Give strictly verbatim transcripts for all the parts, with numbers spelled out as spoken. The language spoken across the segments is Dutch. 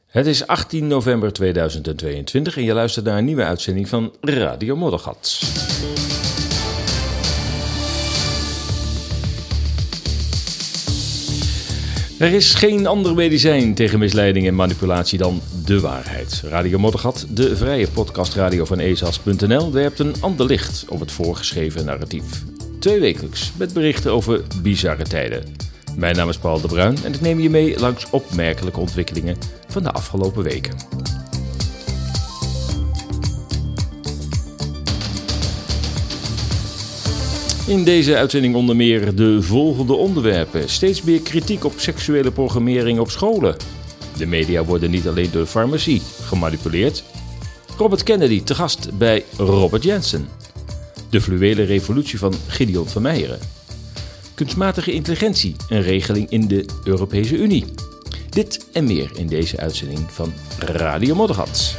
Het is achttien november tweeduizend tweeëntwintig en je luistert naar een nieuwe uitzending van Radio Moddergat. Er is geen ander medicijn tegen misleiding en manipulatie dan de waarheid. Radio Moddergat, de vrije podcastradio van e s a s punt n l, werpt een ander licht op het voorgeschreven narratief. Tweewekelijks met berichten over bizarre tijden. Mijn naam is Paul de Bruin en ik neem je mee langs opmerkelijke ontwikkelingen van de afgelopen weken. In deze uitzending onder meer de volgende onderwerpen. Steeds meer kritiek op seksuele programmering op scholen. De media worden niet alleen door de farmacie gemanipuleerd. Robert Kennedy te gast bij Robert Jensen. De fluwele revolutie van Gideon van Meijeren. Kunstmatige intelligentie, een regeling in de Europese Unie. Dit en meer in deze uitzending van Radio Moddergat.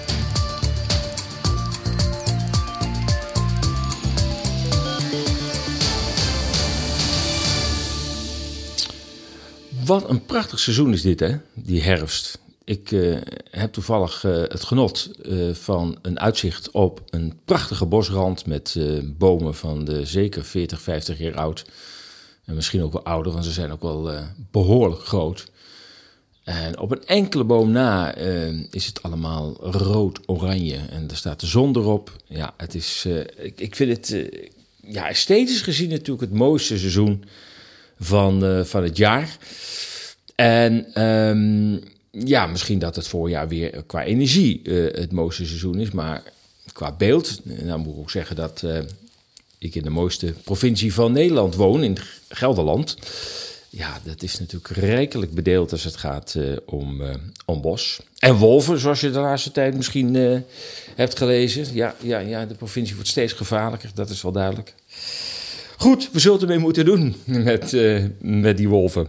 Wat een prachtig seizoen is dit, hè? Die herfst. Ik uh, heb toevallig uh, het genot uh, van een uitzicht op een prachtige bosrand met uh, bomen van de zeker veertig, vijftig jaar oud. En misschien ook wel ouder, want ze zijn ook wel uh, behoorlijk groot. En op een enkele boom na uh, is het allemaal rood-oranje. En er staat de zon erop. Ja, het is, uh, ik, ik vind het uh, ja, esthetisch gezien natuurlijk het mooiste seizoen van, uh, van het jaar. En um, ja, misschien dat het voorjaar weer qua energie uh, het mooiste seizoen is. Maar qua beeld, nou moet ik ook zeggen dat Uh, ik in de mooiste provincie van Nederland woon, in Gelderland. Ja, dat is natuurlijk rijkelijk bedeeld als het gaat uh, om, uh, om bos. En wolven, zoals je de laatste tijd misschien uh, hebt gelezen. Ja, ja, ja, de provincie wordt steeds gevaarlijker, dat is wel duidelijk. Goed, we zullen ermee moeten doen met, uh, met die wolven.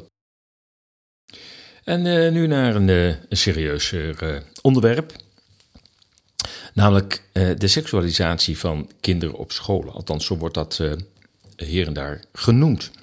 En uh, nu naar een, uh, een serieus uh, onderwerp. Namelijk uh, de seksualisatie van kinderen op scholen. Althans, zo wordt dat uh, hier en daar genoemd.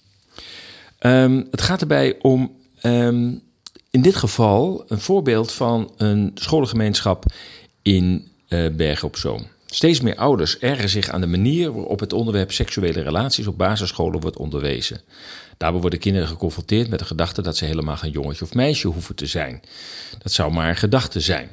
Um, het gaat erbij om, um, in dit geval, een voorbeeld van een scholengemeenschap in uh, Bergen op Zoom. Steeds meer ouders ergeren zich aan de manier waarop het onderwerp seksuele relaties op basisscholen wordt onderwezen. Daarbij worden kinderen geconfronteerd met de gedachte dat ze helemaal geen jongetje of meisje hoeven te zijn. Dat zou maar een gedachte zijn.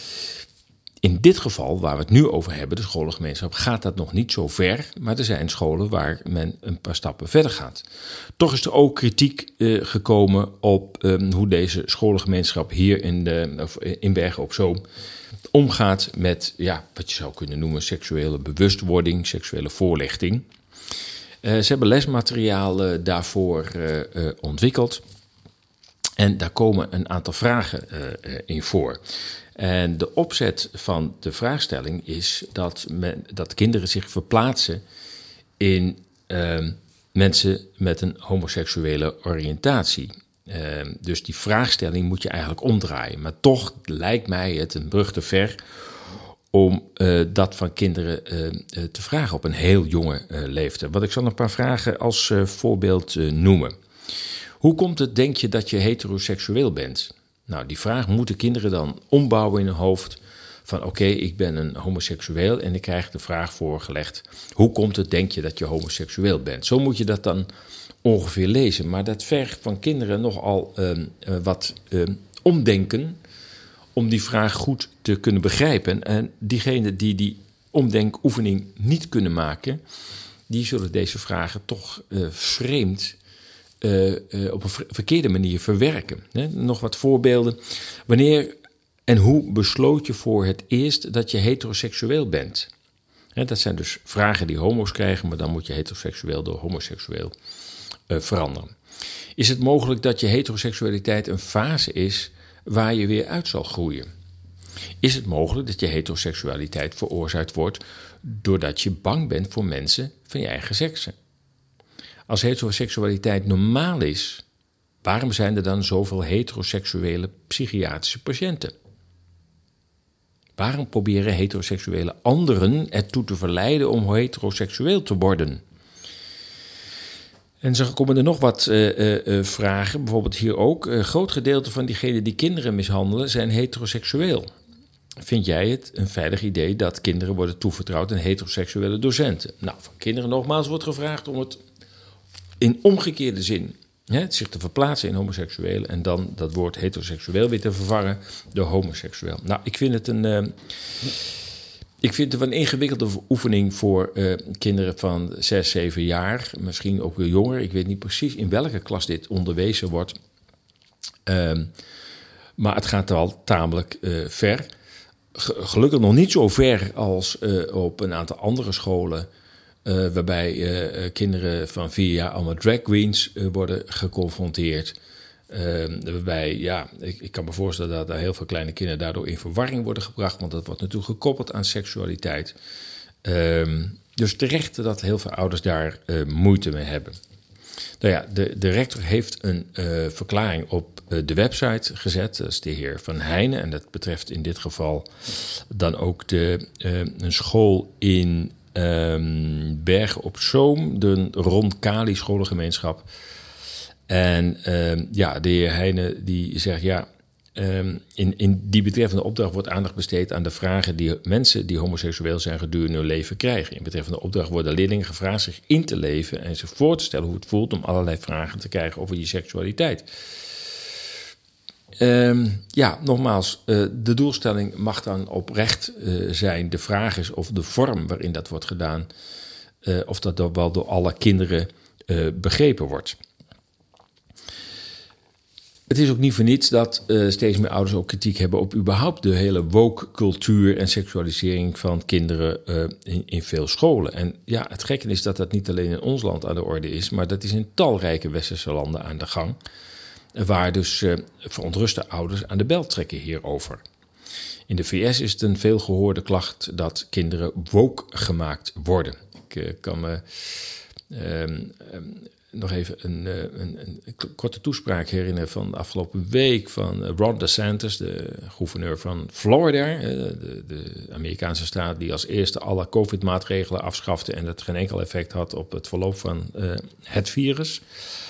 In dit geval, waar we het nu over hebben, de scholengemeenschap, gaat dat nog niet zo ver. Maar er zijn scholen waar men een paar stappen verder gaat. Toch is er ook kritiek uh, gekomen op um, hoe deze scholengemeenschap hier in, de, of in Bergen op Zoom omgaat met, ja, wat je zou kunnen noemen, seksuele bewustwording, seksuele voorlichting. Uh, ze hebben lesmateriaal uh, daarvoor uh, uh, ontwikkeld. En daar komen een aantal vragen uh, uh, in voor. En de opzet van de vraagstelling is dat, men, dat kinderen zich verplaatsen in uh, mensen met een homoseksuele oriëntatie. Uh, dus die vraagstelling moet je eigenlijk omdraaien. Maar toch lijkt mij het een brug te ver om uh, dat van kinderen uh, uh, te vragen op een heel jonge uh, leeftijd. Want ik zal een paar vragen als uh, voorbeeld uh, noemen. Hoe komt het, denk je, dat je heteroseksueel bent? Nou, die vraag moeten kinderen dan ombouwen in hun hoofd van oké, okay, ik ben een homoseksueel en ik krijg de vraag voorgelegd. Hoe komt het, denk je, dat je homoseksueel bent? Zo moet je dat dan ongeveer lezen. Maar dat vergt van kinderen nogal uh, uh, wat uh, omdenken om die vraag goed te kunnen begrijpen. En diegenen die die omdenkoefening niet kunnen maken, die zullen deze vragen toch uh, vreemd Uh, uh, op een verkeerde manier verwerken. Hè? Nog wat voorbeelden. Wanneer en hoe besloot je voor het eerst dat je heteroseksueel bent? Hè, dat zijn dus vragen die homo's krijgen, maar dan moet je heteroseksueel door homoseksueel uh, veranderen. Is het mogelijk dat je heteroseksualiteit een fase is waar je weer uit zal groeien? Is het mogelijk dat je heteroseksualiteit veroorzaakt wordt doordat je bang bent voor mensen van je eigen sekse? Als heteroseksualiteit normaal is, waarom zijn er dan zoveel heteroseksuele psychiatrische patiënten? Waarom proberen heteroseksuele anderen ertoe te verleiden om heteroseksueel te worden? En zo komen er nog wat uh, uh, vragen, bijvoorbeeld hier ook. Een groot gedeelte van diegenen die kinderen mishandelen zijn heteroseksueel. Vind jij het een veilig idee dat kinderen worden toevertrouwd aan heteroseksuele docenten? Nou, van kinderen nogmaals wordt gevraagd om het in omgekeerde zin, hè, zich te verplaatsen in homoseksuelen en dan dat woord heteroseksueel weer te vervangen door homoseksueel. Nou, ik vind het een, uh, ik vind het een ingewikkelde oefening voor uh, kinderen van zes, zeven jaar, misschien ook weer jonger. Ik weet niet precies in welke klas dit onderwezen wordt. Uh, maar het gaat al tamelijk uh, ver. Gelukkig nog niet zo ver als uh, op een aantal andere scholen, uh, waarbij uh, kinderen van vier jaar allemaal drag queens uh, worden geconfronteerd. Uh, waarbij, ja, ik, ik kan me voorstellen dat daar heel veel kleine kinderen daardoor in verwarring worden gebracht, want dat wordt natuurlijk gekoppeld aan seksualiteit. Uh, dus terecht dat heel veel ouders daar uh, moeite mee hebben. Nou ja, de, de rector heeft een uh, verklaring op uh, de website gezet. Dat is de heer Van Heijnen. En dat betreft in dit geval dan ook de, uh, een school in um, Bergen op Zoom. De Ron Kali scholengemeenschap. En uh, ja, de heer Heijnen die zegt ja, um, in, in die betreffende opdracht wordt aandacht besteed aan de vragen die mensen die homoseksueel zijn gedurende hun leven krijgen. In betreffende opdracht worden leerlingen gevraagd zich in te leven en zich voor te stellen hoe het voelt om allerlei vragen te krijgen over je seksualiteit. Um, ja, nogmaals, uh, de doelstelling mag dan oprecht uh, zijn. De vraag is of de vorm waarin dat wordt gedaan, uh, of dat dan wel door alle kinderen uh, begrepen wordt. Het is ook niet voor niets dat uh, steeds meer ouders ook kritiek hebben op überhaupt de hele woke-cultuur en seksualisering van kinderen uh, in, in veel scholen. En ja, het gekke is dat dat niet alleen in ons land aan de orde is, maar dat is in talrijke westerse landen aan de gang, waar dus uh, verontruste ouders aan de bel trekken hierover. In de V S is het een veelgehoorde klacht dat kinderen woke gemaakt worden. Ik uh, kan me Um, um, nog even een, een, een korte toespraak herinneren van de afgelopen week van Ron DeSantis, de gouverneur van Florida, de, de Amerikaanse staat die als eerste alle COVID-maatregelen afschafte en dat geen enkel effect had op het verloop van uh, het virus.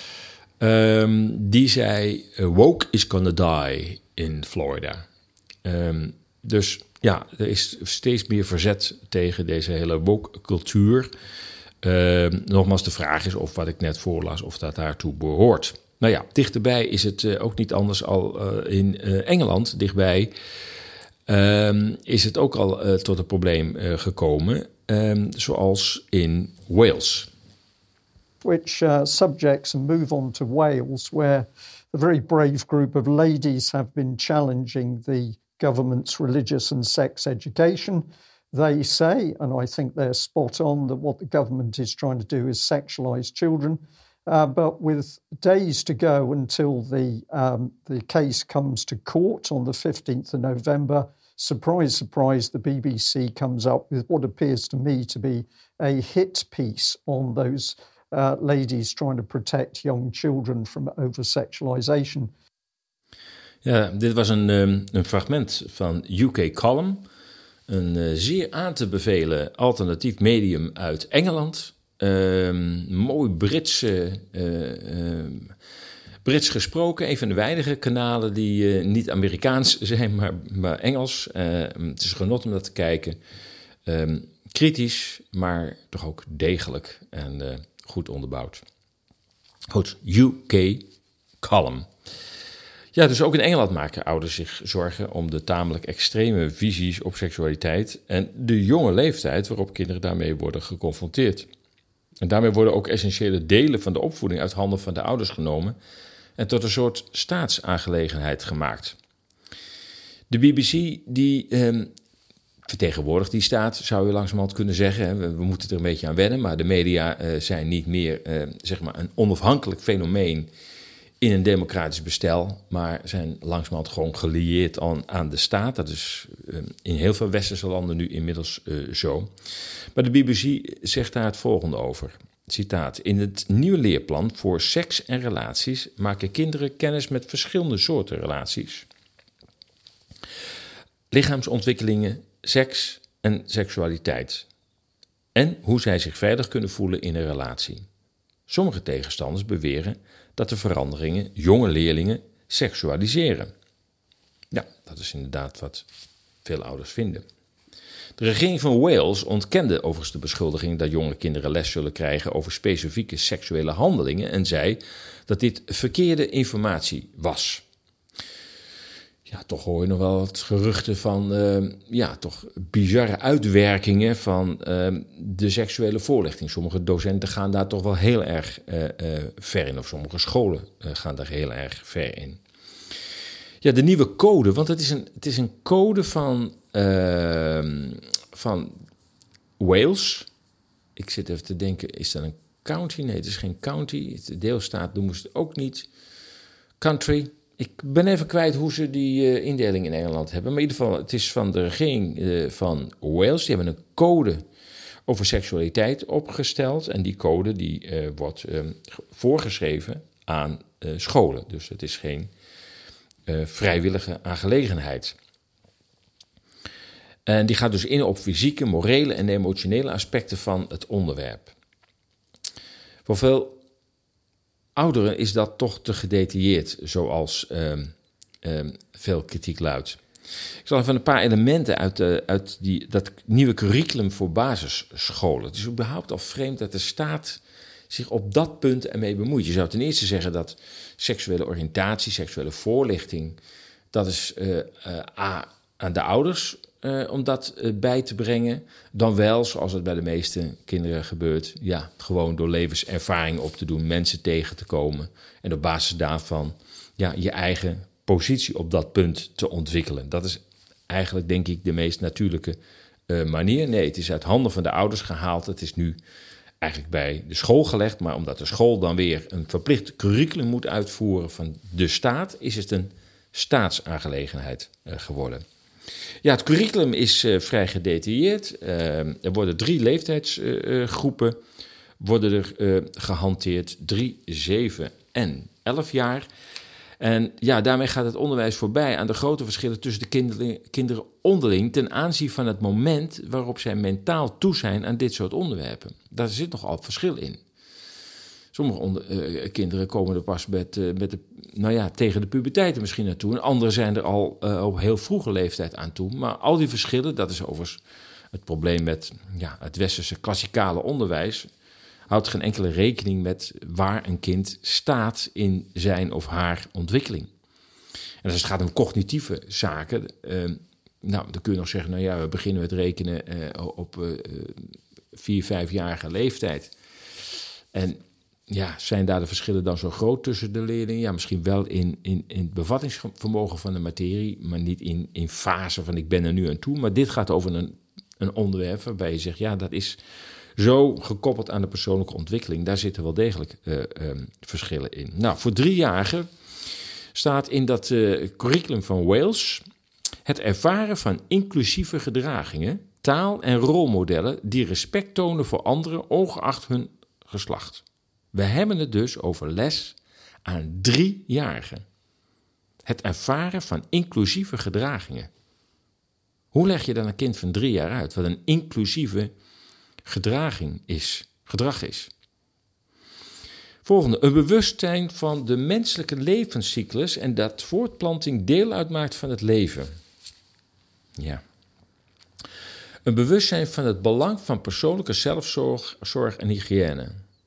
Um, die zei, woke is gonna die in Florida. Um, dus ja, er is steeds meer verzet tegen deze hele woke-cultuur. Uh, nogmaals, de vraag is of wat ik net voorlas, of dat daartoe behoort. Nou ja, dichterbij is het uh, ook niet anders al uh, in uh, Engeland, dichtbij, uh, is het ook al uh, tot een probleem uh, gekomen, uh, zoals in Wales. Which uh, subjects and move on to Wales, where a very brave group of ladies have been challenging the government's religious and sex education. They say, and I think they're spot on, that what the government is trying to do is sexualize children. Uh, but with days to go until the um, the case comes to court on the fifteenth of November, surprise, surprise, the B B C comes up with what appears to me to be a hit piece on those uh, ladies trying to protect young children from over-sexualization. Ja, dit was een, um, een fragment van U K Column. Een uh, zeer aan te bevelen alternatief medium uit Engeland. Uh, mooi Brits, uh, uh, Brits gesproken. Een van de weinige kanalen die uh, niet Amerikaans zijn, maar, maar Engels. Uh, het is genot om dat te kijken. Uh, kritisch, maar toch ook degelijk en uh, goed onderbouwd. Goed, U K Column. Ja, dus ook in Engeland maken ouders zich zorgen om de tamelijk extreme visies op seksualiteit en de jonge leeftijd waarop kinderen daarmee worden geconfronteerd. En daarmee worden ook essentiële delen van de opvoeding uit handen van de ouders genomen en tot een soort staatsaangelegenheid gemaakt. De B B C die eh, vertegenwoordigt die staat, zou je langzamerhand kunnen zeggen. We, we moeten er een beetje aan wennen, maar de media eh, zijn niet meer eh, zeg maar een onafhankelijk fenomeen in een democratisch bestel, maar zijn langzamerhand gewoon gelieerd aan, aan de staat. Dat is uh, in heel veel westerse landen nu inmiddels uh, zo. Maar de B B C zegt daar het volgende over. Citaat. In het nieuwe leerplan voor seks en relaties maken kinderen kennis met verschillende soorten relaties. Lichaamsontwikkelingen, seks en seksualiteit. En hoe zij zich veilig kunnen voelen in een relatie. Sommige tegenstanders beweren dat de veranderingen jonge leerlingen seksualiseren. Ja, dat is inderdaad wat veel ouders vinden. De regering van Wales ontkende overigens de beschuldiging dat jonge kinderen les zullen krijgen over specifieke seksuele handelingen en zei dat dit verkeerde informatie was. Ja, toch hoor je nog wel wat geruchten van uh, ja, toch bizarre uitwerkingen van uh, de seksuele voorlichting. Sommige docenten gaan daar toch wel heel erg uh, uh, ver in, of sommige scholen uh, gaan daar heel erg ver in. Ja, de nieuwe code, want het is een, het is een code van, uh, van Wales. Ik zit even te denken, is dat een county? Nee, het is geen county. De deelstaat noemen ze het ook niet. Country. Ik ben even kwijt hoe ze die uh, indeling in Engeland hebben. Maar in ieder geval, het is van de regering uh, van Wales. Die hebben een code over seksualiteit opgesteld. En die code die, uh, wordt um, voorgeschreven aan uh, scholen. Dus het is geen uh, vrijwillige aangelegenheid. En die gaat dus in op fysieke, morele en emotionele aspecten van het onderwerp. Voor veel ouderen is dat toch te gedetailleerd, zoals um, um, veel kritiek luidt. Ik zal even een paar elementen uit, de, uit die, dat nieuwe curriculum voor basisscholen. Het is überhaupt al vreemd dat de staat zich op dat punt ermee bemoeit. Je zou ten eerste zeggen dat seksuele oriëntatie, seksuele voorlichting, dat is uh, uh, a, aan de ouders uh, om dat uh, bij te brengen. Dan wel, zoals het bij de meeste kinderen gebeurt, ja, gewoon door levenservaring op te doen, mensen tegen te komen en op basis daarvan ja, je eigen positie op dat punt te ontwikkelen. Dat is eigenlijk, denk ik, de meest natuurlijke uh, manier. Nee, het is uit handen van de ouders gehaald. Het is nu eigenlijk bij de school gelegd, maar omdat de school dan weer een verplicht curriculum moet uitvoeren van de staat, is het een staatsaangelegenheid uh, geworden. Ja, het curriculum is uh, vrij gedetailleerd. Uh, er worden drie leeftijdsgroepen uh, worden er uh, gehanteerd. Drie, zeven en elf jaar. En ja, daarmee gaat het onderwijs voorbij aan de grote verschillen tussen de kinderen, kinderen onderling ten aanzien van het moment waarop zij mentaal toe zijn aan dit soort onderwerpen. Daar zit nogal verschil in. Sommige onder, uh, kinderen komen er pas met, uh, met de, nou ja, tegen de puberteit misschien naartoe. En anderen zijn er al uh, op heel vroege leeftijd aan toe. Maar al die verschillen, dat is overigens het probleem met ja, het westerse klassikale onderwijs, houdt geen enkele rekening met waar een kind staat in zijn of haar ontwikkeling. En als het gaat om cognitieve zaken, uh, nou, dan kun je nog zeggen, nou ja, we beginnen met rekenen uh, op uh, vier, vijfjarige leeftijd. En ja, zijn daar de verschillen dan zo groot tussen de leerlingen? Ja, misschien wel in, in, in het bevattingsvermogen van de materie, maar niet in, in fase van ik ben er nu aan toe. Maar dit gaat over een, een onderwerp waarbij je zegt, ja, dat is zo gekoppeld aan de persoonlijke ontwikkeling. Daar zitten wel degelijk uh, um, verschillen in. Nou, voor driejarigen staat in dat uh, curriculum van Wales het ervaren van inclusieve gedragingen, taal en rolmodellen die respect tonen voor anderen, ongeacht hun geslacht. We hebben het dus over les aan driejarigen. Het ervaren van inclusieve gedragingen. Hoe leg je dan een kind van drie jaar uit wat een inclusieve gedraging is, gedrag is? Volgende, een bewustzijn van de menselijke levenscyclus en dat voortplanting deel uitmaakt van het leven. Ja. Een bewustzijn van het belang van persoonlijke zelfzorg zorg en hygiëne.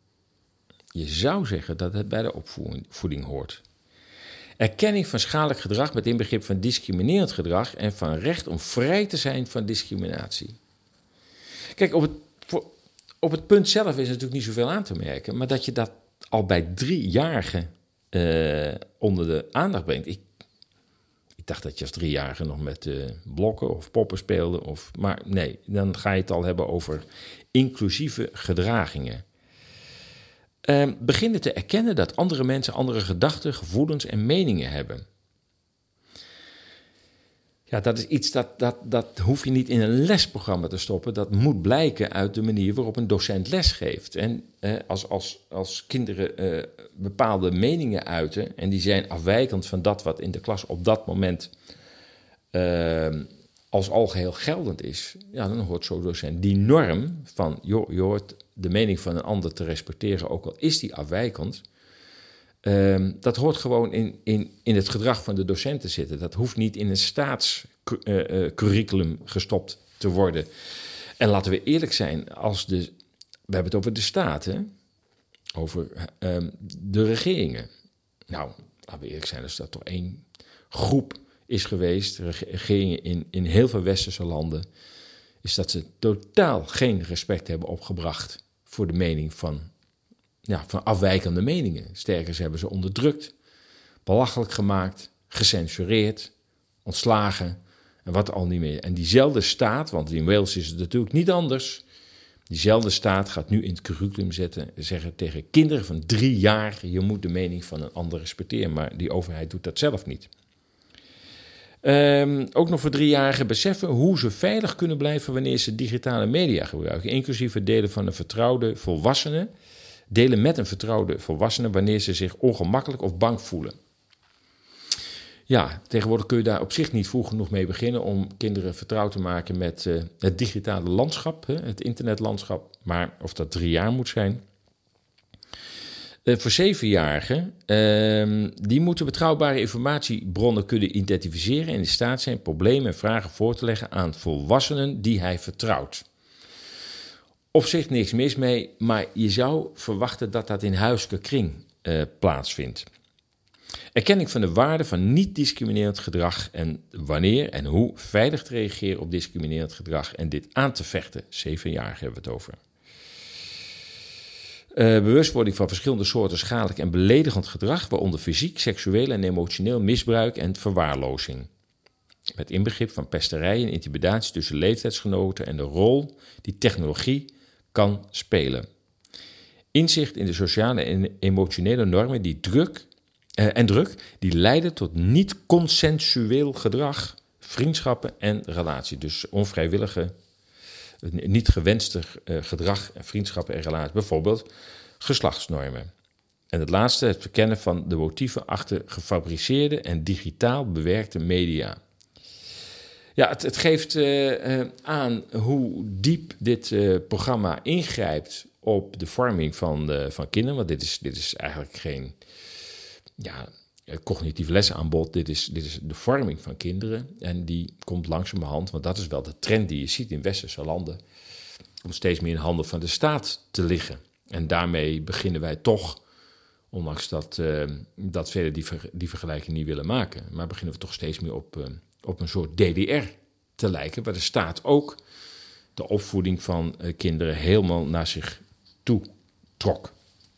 Je zou zeggen dat het bij de opvoeding hoort. Erkenning van schadelijk gedrag met inbegrip van discriminerend gedrag en van recht om vrij te zijn van discriminatie. Kijk, op het, voor, op het punt zelf is er natuurlijk niet zoveel aan te merken, maar dat je dat al bij driejarigen uh, onder de aandacht brengt. Ik, ik dacht dat je als driejarige nog met uh, blokken of poppen speelde, of, maar nee, dan ga je het al hebben over inclusieve gedragingen. Uh, beginnen te erkennen dat andere mensen andere gedachten, gevoelens en meningen hebben. Ja, dat is iets dat, dat, dat hoef je niet in een lesprogramma te stoppen. Dat moet blijken uit de manier waarop een docent lesgeeft. En eh, als, als, als kinderen eh, bepaalde meningen uiten en die zijn afwijkend van dat wat in de klas op dat moment uh, als algeheel geldend is, ja, dan hoort zo'n docent die norm van, joh, je hoort de mening van een ander te respecteren, ook al is die afwijkend, um, dat hoort gewoon in, in, in het gedrag van de docenten zitten. Dat hoeft niet in een staatscurriculum uh, uh, gestopt te worden. En laten we eerlijk zijn, als de, we hebben het over de staat, hè? Over um, de regeringen. Nou, laten we eerlijk zijn, als dat toch één groep is geweest, regeringen in, in heel veel westerse landen, is dat ze totaal geen respect hebben opgebracht voor de mening van, ja, van afwijkende meningen. Sterker, ze hebben ze onderdrukt, belachelijk gemaakt, gecensureerd, ontslagen en wat al niet meer. En diezelfde staat, want in Wales is het natuurlijk niet anders, diezelfde staat gaat nu in het curriculum zetten, zeggen tegen kinderen van drie jaar, je moet de mening van een ander respecteren, maar die overheid doet dat zelf niet. Um, ook nog voor driejarigen beseffen hoe ze veilig kunnen blijven wanneer ze digitale media gebruiken, inclusief het delen van een vertrouwde volwassene, delen met een vertrouwde volwassene wanneer ze zich ongemakkelijk of bang voelen. Ja, tegenwoordig kun je daar op zich niet vroeg genoeg mee beginnen om kinderen vertrouwd te maken met uh, het digitale landschap, hè, het internetlandschap, maar of dat drie jaar moet zijn. Uh, voor zevenjarigen, uh, die moeten betrouwbare informatiebronnen kunnen identificeren en in staat zijn problemen en vragen voor te leggen aan volwassenen die hij vertrouwt. Op zich niks mis mee, maar je zou verwachten dat dat in huiselijke kring uh, plaatsvindt. Erkenning van de waarde van niet-discriminerend gedrag en wanneer en hoe veilig te reageren op discriminerend gedrag en dit aan te vechten. Zevenjarigen hebben we het over. Uh, bewustwording van verschillende soorten schadelijk en beledigend gedrag, waaronder fysiek, seksueel en emotioneel misbruik en verwaarlozing. Met inbegrip van pesterij en intimidatie tussen leeftijdsgenoten en de rol die technologie kan spelen. Inzicht in de sociale en emotionele normen die druk, uh, en druk die leiden tot niet-consensueel gedrag, vriendschappen en relaties. Dus onvrijwillige, niet gewenste uh, gedrag, vriendschappen en relaties. Bijvoorbeeld geslachtsnormen. En het laatste, het verkennen van de motieven achter gefabriceerde en digitaal bewerkte media. Ja, het, het geeft uh, uh, aan hoe diep dit uh, programma ingrijpt op de vorming van, uh, van kinderen. Want dit is, dit is eigenlijk geen ja, cognitief lesaanbod. Dit is, dit is de vorming van kinderen. En die komt langzamerhand, want dat is wel de trend die je ziet in westerse landen, om steeds meer in handen van de staat te liggen. En daarmee beginnen wij toch, ondanks dat, uh, dat velen die, ver, die vergelijking niet willen maken, maar beginnen we toch steeds meer op, uh, op een soort D D R te lijken, waar de staat ook de opvoeding van uh, kinderen helemaal naar zich toe trok.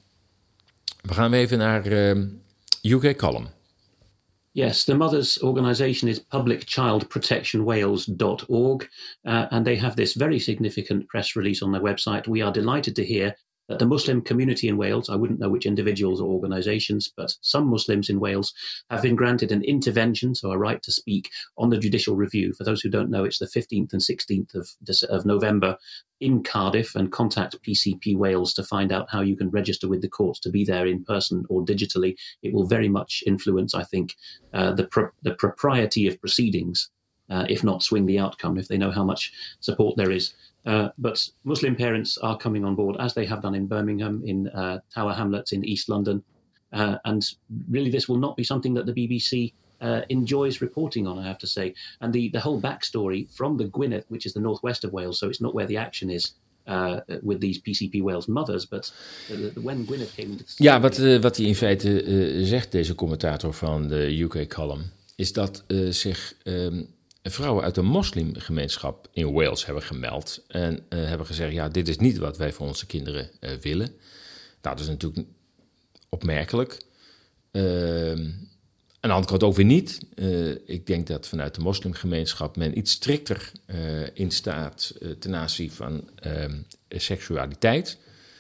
We gaan even naar uh, U K Column. Yes, the mother's organisation is public child protection wales dot org, uh, and they have this very significant press release on their website. We are delighted to hear that the Muslim community in Wales, I wouldn't know which individuals or organisations, but some Muslims in Wales have been granted an intervention, so a right to speak, on the judicial review. For those who don't know, it's the fifteenth and sixteenth of, of November in Cardiff, and contact P C P Wales to find out how you can register with the courts to be there in person or digitally. It will very much influence, I think, uh, the, pro- the propriety of proceedings, uh, if not swing the outcome, if they know how much support there is. Uh, but Muslim parents are coming on board, as they have done in Birmingham, in uh, Tower Hamlets in East London. Uh, and really this will not be something that the B B C uh, enjoys reporting on, I have to say. And the, the whole backstory from the Gwynedd, which is the northwest of Wales, so it's not where the action is uh, with these P C P Wales mothers, but the, the, when Gwynedd came into the story... Ja, wat, uh, wat hij in feite uh, zegt, deze commentator van de U K Column, is dat uh, zich... Um, vrouwen uit de moslimgemeenschap in Wales hebben gemeld en uh, hebben gezegd, ja, dit is niet wat wij voor onze kinderen uh, willen. Nou, dat is natuurlijk opmerkelijk. Uh, aan de andere kant ook weer niet. Uh, ik denk dat vanuit de moslimgemeenschap men iets strikter uh, in staat uh, ten aanzien van uh, seksualiteit.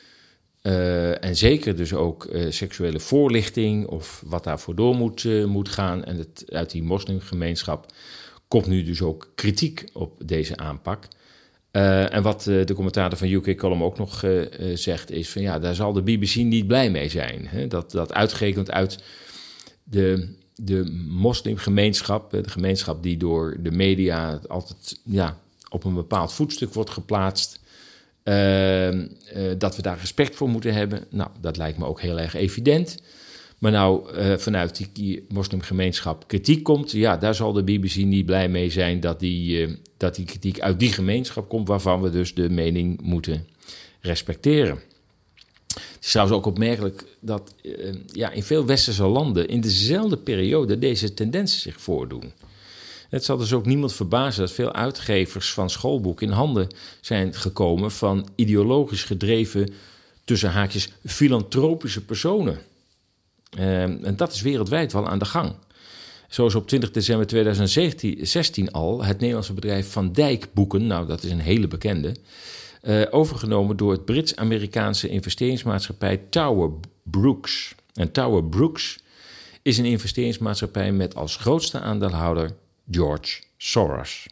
Uh, en zeker dus ook uh, seksuele voorlichting of wat daarvoor door moet, uh, moet gaan. En het, uit die moslimgemeenschap komt nu dus ook kritiek op deze aanpak. Uh, en wat uh, de commentator van U K Column ook nog uh, uh, zegt is van ja, daar zal de B B C niet blij mee zijn. Hè? Dat, dat uitgerekend uit de, de moslimgemeenschap, de gemeenschap die door de media altijd ja, op een bepaald voetstuk wordt geplaatst, Uh, uh, dat we daar respect voor moeten hebben. Nou, dat lijkt me ook heel erg evident. Maar nou, uh, vanuit die, die moslimgemeenschap kritiek komt, ja, daar zal de B B C niet blij mee zijn dat die, uh, dat die kritiek uit die gemeenschap komt, waarvan we dus de mening moeten respecteren. Het is trouwens ook opmerkelijk dat uh, ja, in veel westerse landen in dezelfde periode deze tendensen zich voordoen. Het zal dus ook niemand verbazen dat veel uitgevers van schoolboeken in handen zijn gekomen van ideologisch gedreven, tussen haakjes, filantropische personen. Uh, en dat is wereldwijd wel aan de gang. Zo is op twintig december tweeduizend zestien al het Nederlandse bedrijf Van Dijk Boeken, nou dat is een hele bekende, uh, overgenomen door het Brits-Amerikaanse investeringsmaatschappij Tower Brooks. En Tower Brooks is een investeringsmaatschappij met als grootste aandeelhouder George Soros.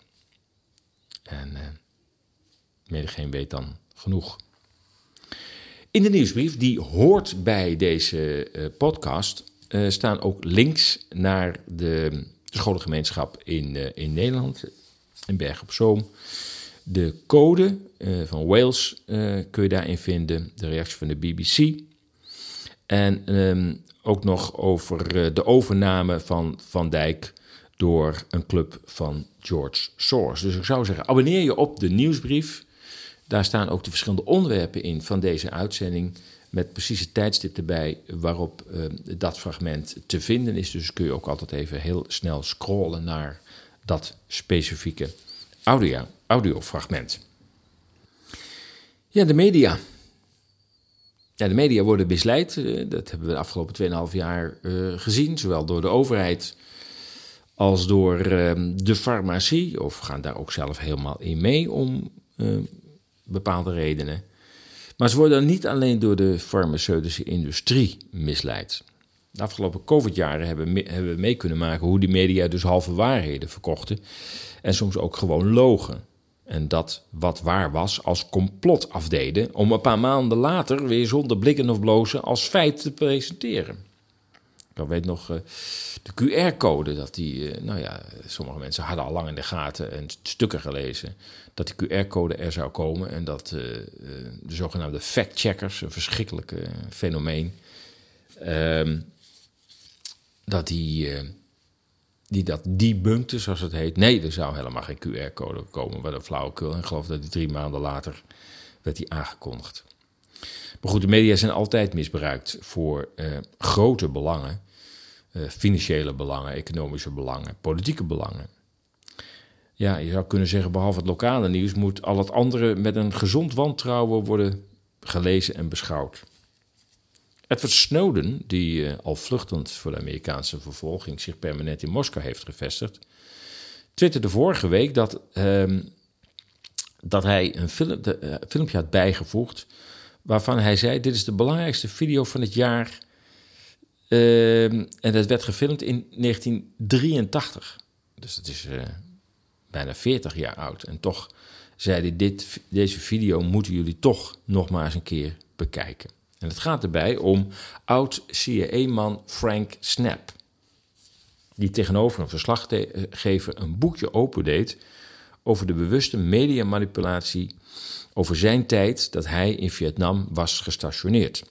En uh, menigeen weet dan genoeg. In de nieuwsbrief, die hoort bij deze uh, podcast, uh, staan ook links naar de scholengemeenschap in, uh, in Nederland, in Bergen op Zoom. De code uh, van Wales uh, kun je daarin vinden, de reactie van de B B C. En um, ook nog over uh, de overname van Van Dijk door een club van George Soros. Dus ik zou zeggen, abonneer je op de nieuwsbrief. Daar staan ook de verschillende onderwerpen in van deze uitzending, met precies het tijdstip erbij waarop uh, dat fragment te vinden is. Dus kun je ook altijd even heel snel scrollen naar dat specifieke audio, audiofragment. Ja, de media. Ja, de media worden misleid. Uh, dat hebben we de afgelopen twee komma vijf jaar uh, gezien, zowel door de overheid als door uh, de farmacie, of gaan daar ook zelf helemaal in mee om uh, bepaalde redenen. Maar ze worden niet alleen door de farmaceutische industrie misleid. De afgelopen COVID-jaren hebben, me, hebben we mee kunnen maken hoe die media dus halve waarheden verkochten en soms ook gewoon logen. En dat wat waar was als complot afdeden om een paar maanden later weer zonder blikken of blozen als feit te presenteren. Ik weet nog uh, de Q R-code, dat die, uh, nou ja, sommige mensen hadden al lang in de gaten en stukken gelezen dat die Q R-code er zou komen en dat uh, uh, de zogenaamde fact-checkers, een verschrikkelijk uh, fenomeen, uh, dat die, uh, die dat debunkte, zoals het heet. Nee, er zou helemaal geen Q R-code komen, wat een flauwekul. En ik geloof dat die drie maanden later werd die aangekondigd. Maar goed, de media zijn altijd misbruikt voor uh, grote belangen, uh, financiële belangen, economische belangen, politieke belangen. Ja, je zou kunnen zeggen, behalve het lokale nieuws moet al het andere met een gezond wantrouwen worden gelezen en beschouwd. Edward Snowden, die uh, al vluchtend voor de Amerikaanse vervolging zich permanent in Moskou heeft gevestigd, twitterde vorige week dat, uh, dat hij een film, de, uh, filmpje had bijgevoegd waarvan hij zei, dit is de belangrijkste video van het jaar. Uh, en dat werd gefilmd in negentien drieëntachtig. Dus dat is uh, bijna veertig jaar oud. En toch zei hij, dit, deze video moeten jullie toch nog maar eens een keer bekijken. En het gaat erbij om oud-C I A-man Frank Snap, die tegenover een verslaggever een boekje opendeed over de bewuste mediamanipulatie over zijn tijd dat hij in Vietnam was gestationeerd.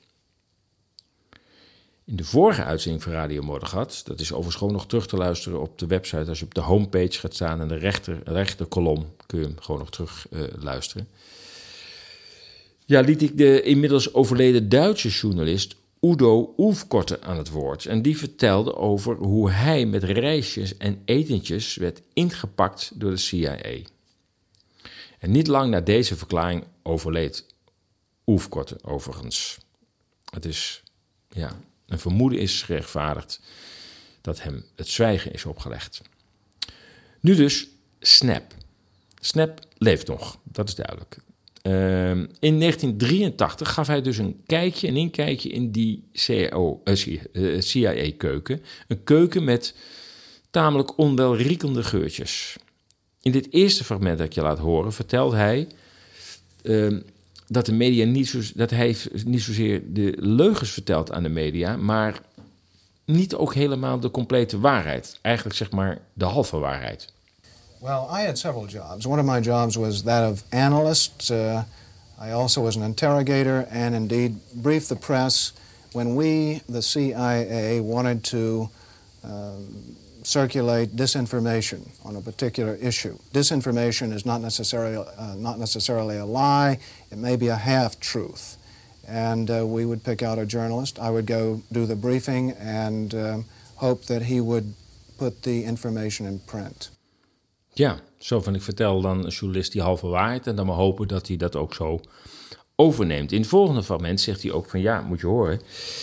In de vorige uitzending van Radio Moddergat, dat is overigens gewoon nog terug te luisteren op de website, als je op de homepage gaat staan en de rechter, rechter kolom kun je hem gewoon nog terug uh, luisteren. Ja, liet ik de inmiddels overleden Duitse journalist Udo Ulfkorte aan het woord. En die vertelde over hoe hij met reisjes en etentjes werd ingepakt door de C I A. En niet lang na deze verklaring overleed Ulfkorte overigens. Het is, ja, een vermoeden is gerechtvaardigd dat hem het zwijgen is opgelegd. Nu dus Snap. Snap leeft nog, dat is duidelijk. Uh, in negentien drieëntachtig gaf hij dus een kijkje, een inkijkje in die C I A-keuken. Een keuken met tamelijk onwelriekende geurtjes. In dit eerste fragment dat ik je laat horen, vertelt hij uh, dat de media niet zo, dat hij niet zozeer de leugens vertelt aan de media, maar niet ook helemaal de complete waarheid. Eigenlijk zeg maar de halve waarheid. Well, I had several jobs. One of my jobs was that of analyst. Uh, I also was an interrogator and indeed briefed the press when we, the C I A, wanted to uh, circulate disinformation on a particular issue. Disinformation is not necessarily, uh, not necessarily a lie. It may be a half-truth. And uh, we would pick out a journalist. I would go do the briefing and uh, hope that he would put the information in print. Ja, zo van ik vertel dan een journalist die halve waarheid en dan maar hopen dat hij dat ook zo overneemt. In het volgende fragment zegt hij ook van ja, moet je horen,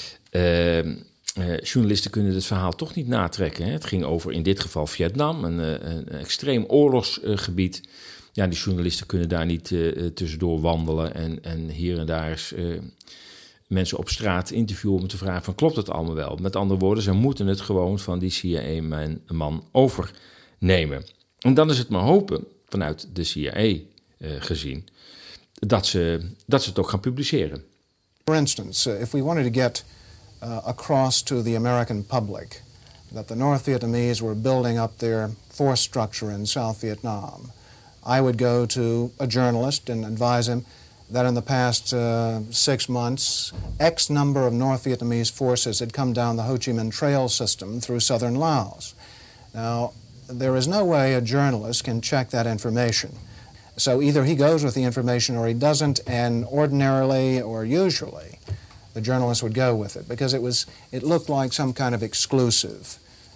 uh, uh, journalisten kunnen het verhaal toch niet natrekken. Hè? Het ging over in dit geval Vietnam, een, uh, een extreem oorlogsgebied. Uh, ja, die journalisten kunnen daar niet uh, tussendoor wandelen en, en hier en daar eens uh, mensen op straat interviewen om te vragen van klopt het allemaal wel? Met andere woorden, ze moeten het gewoon van die C I A-man overnemen. En dan is het maar hopen, vanuit de C I A uh, gezien, dat ze, dat ze het ook gaan publiceren. For instance, uh, if we wanted to get uh, across to the American public that the North Vietnamese were building up their force structure in South Vietnam, I would go to a journalist and advise him that in the past uh, six months, X number of North Vietnamese forces had come down the Ho Chi Minh Trail system through southern Laos. Now, there is no way a journalist can check that information. So either he goes with the information or he doesn't, and ordinarily or usually, the journalist would go with it because it was it looked like some kind of exclusive.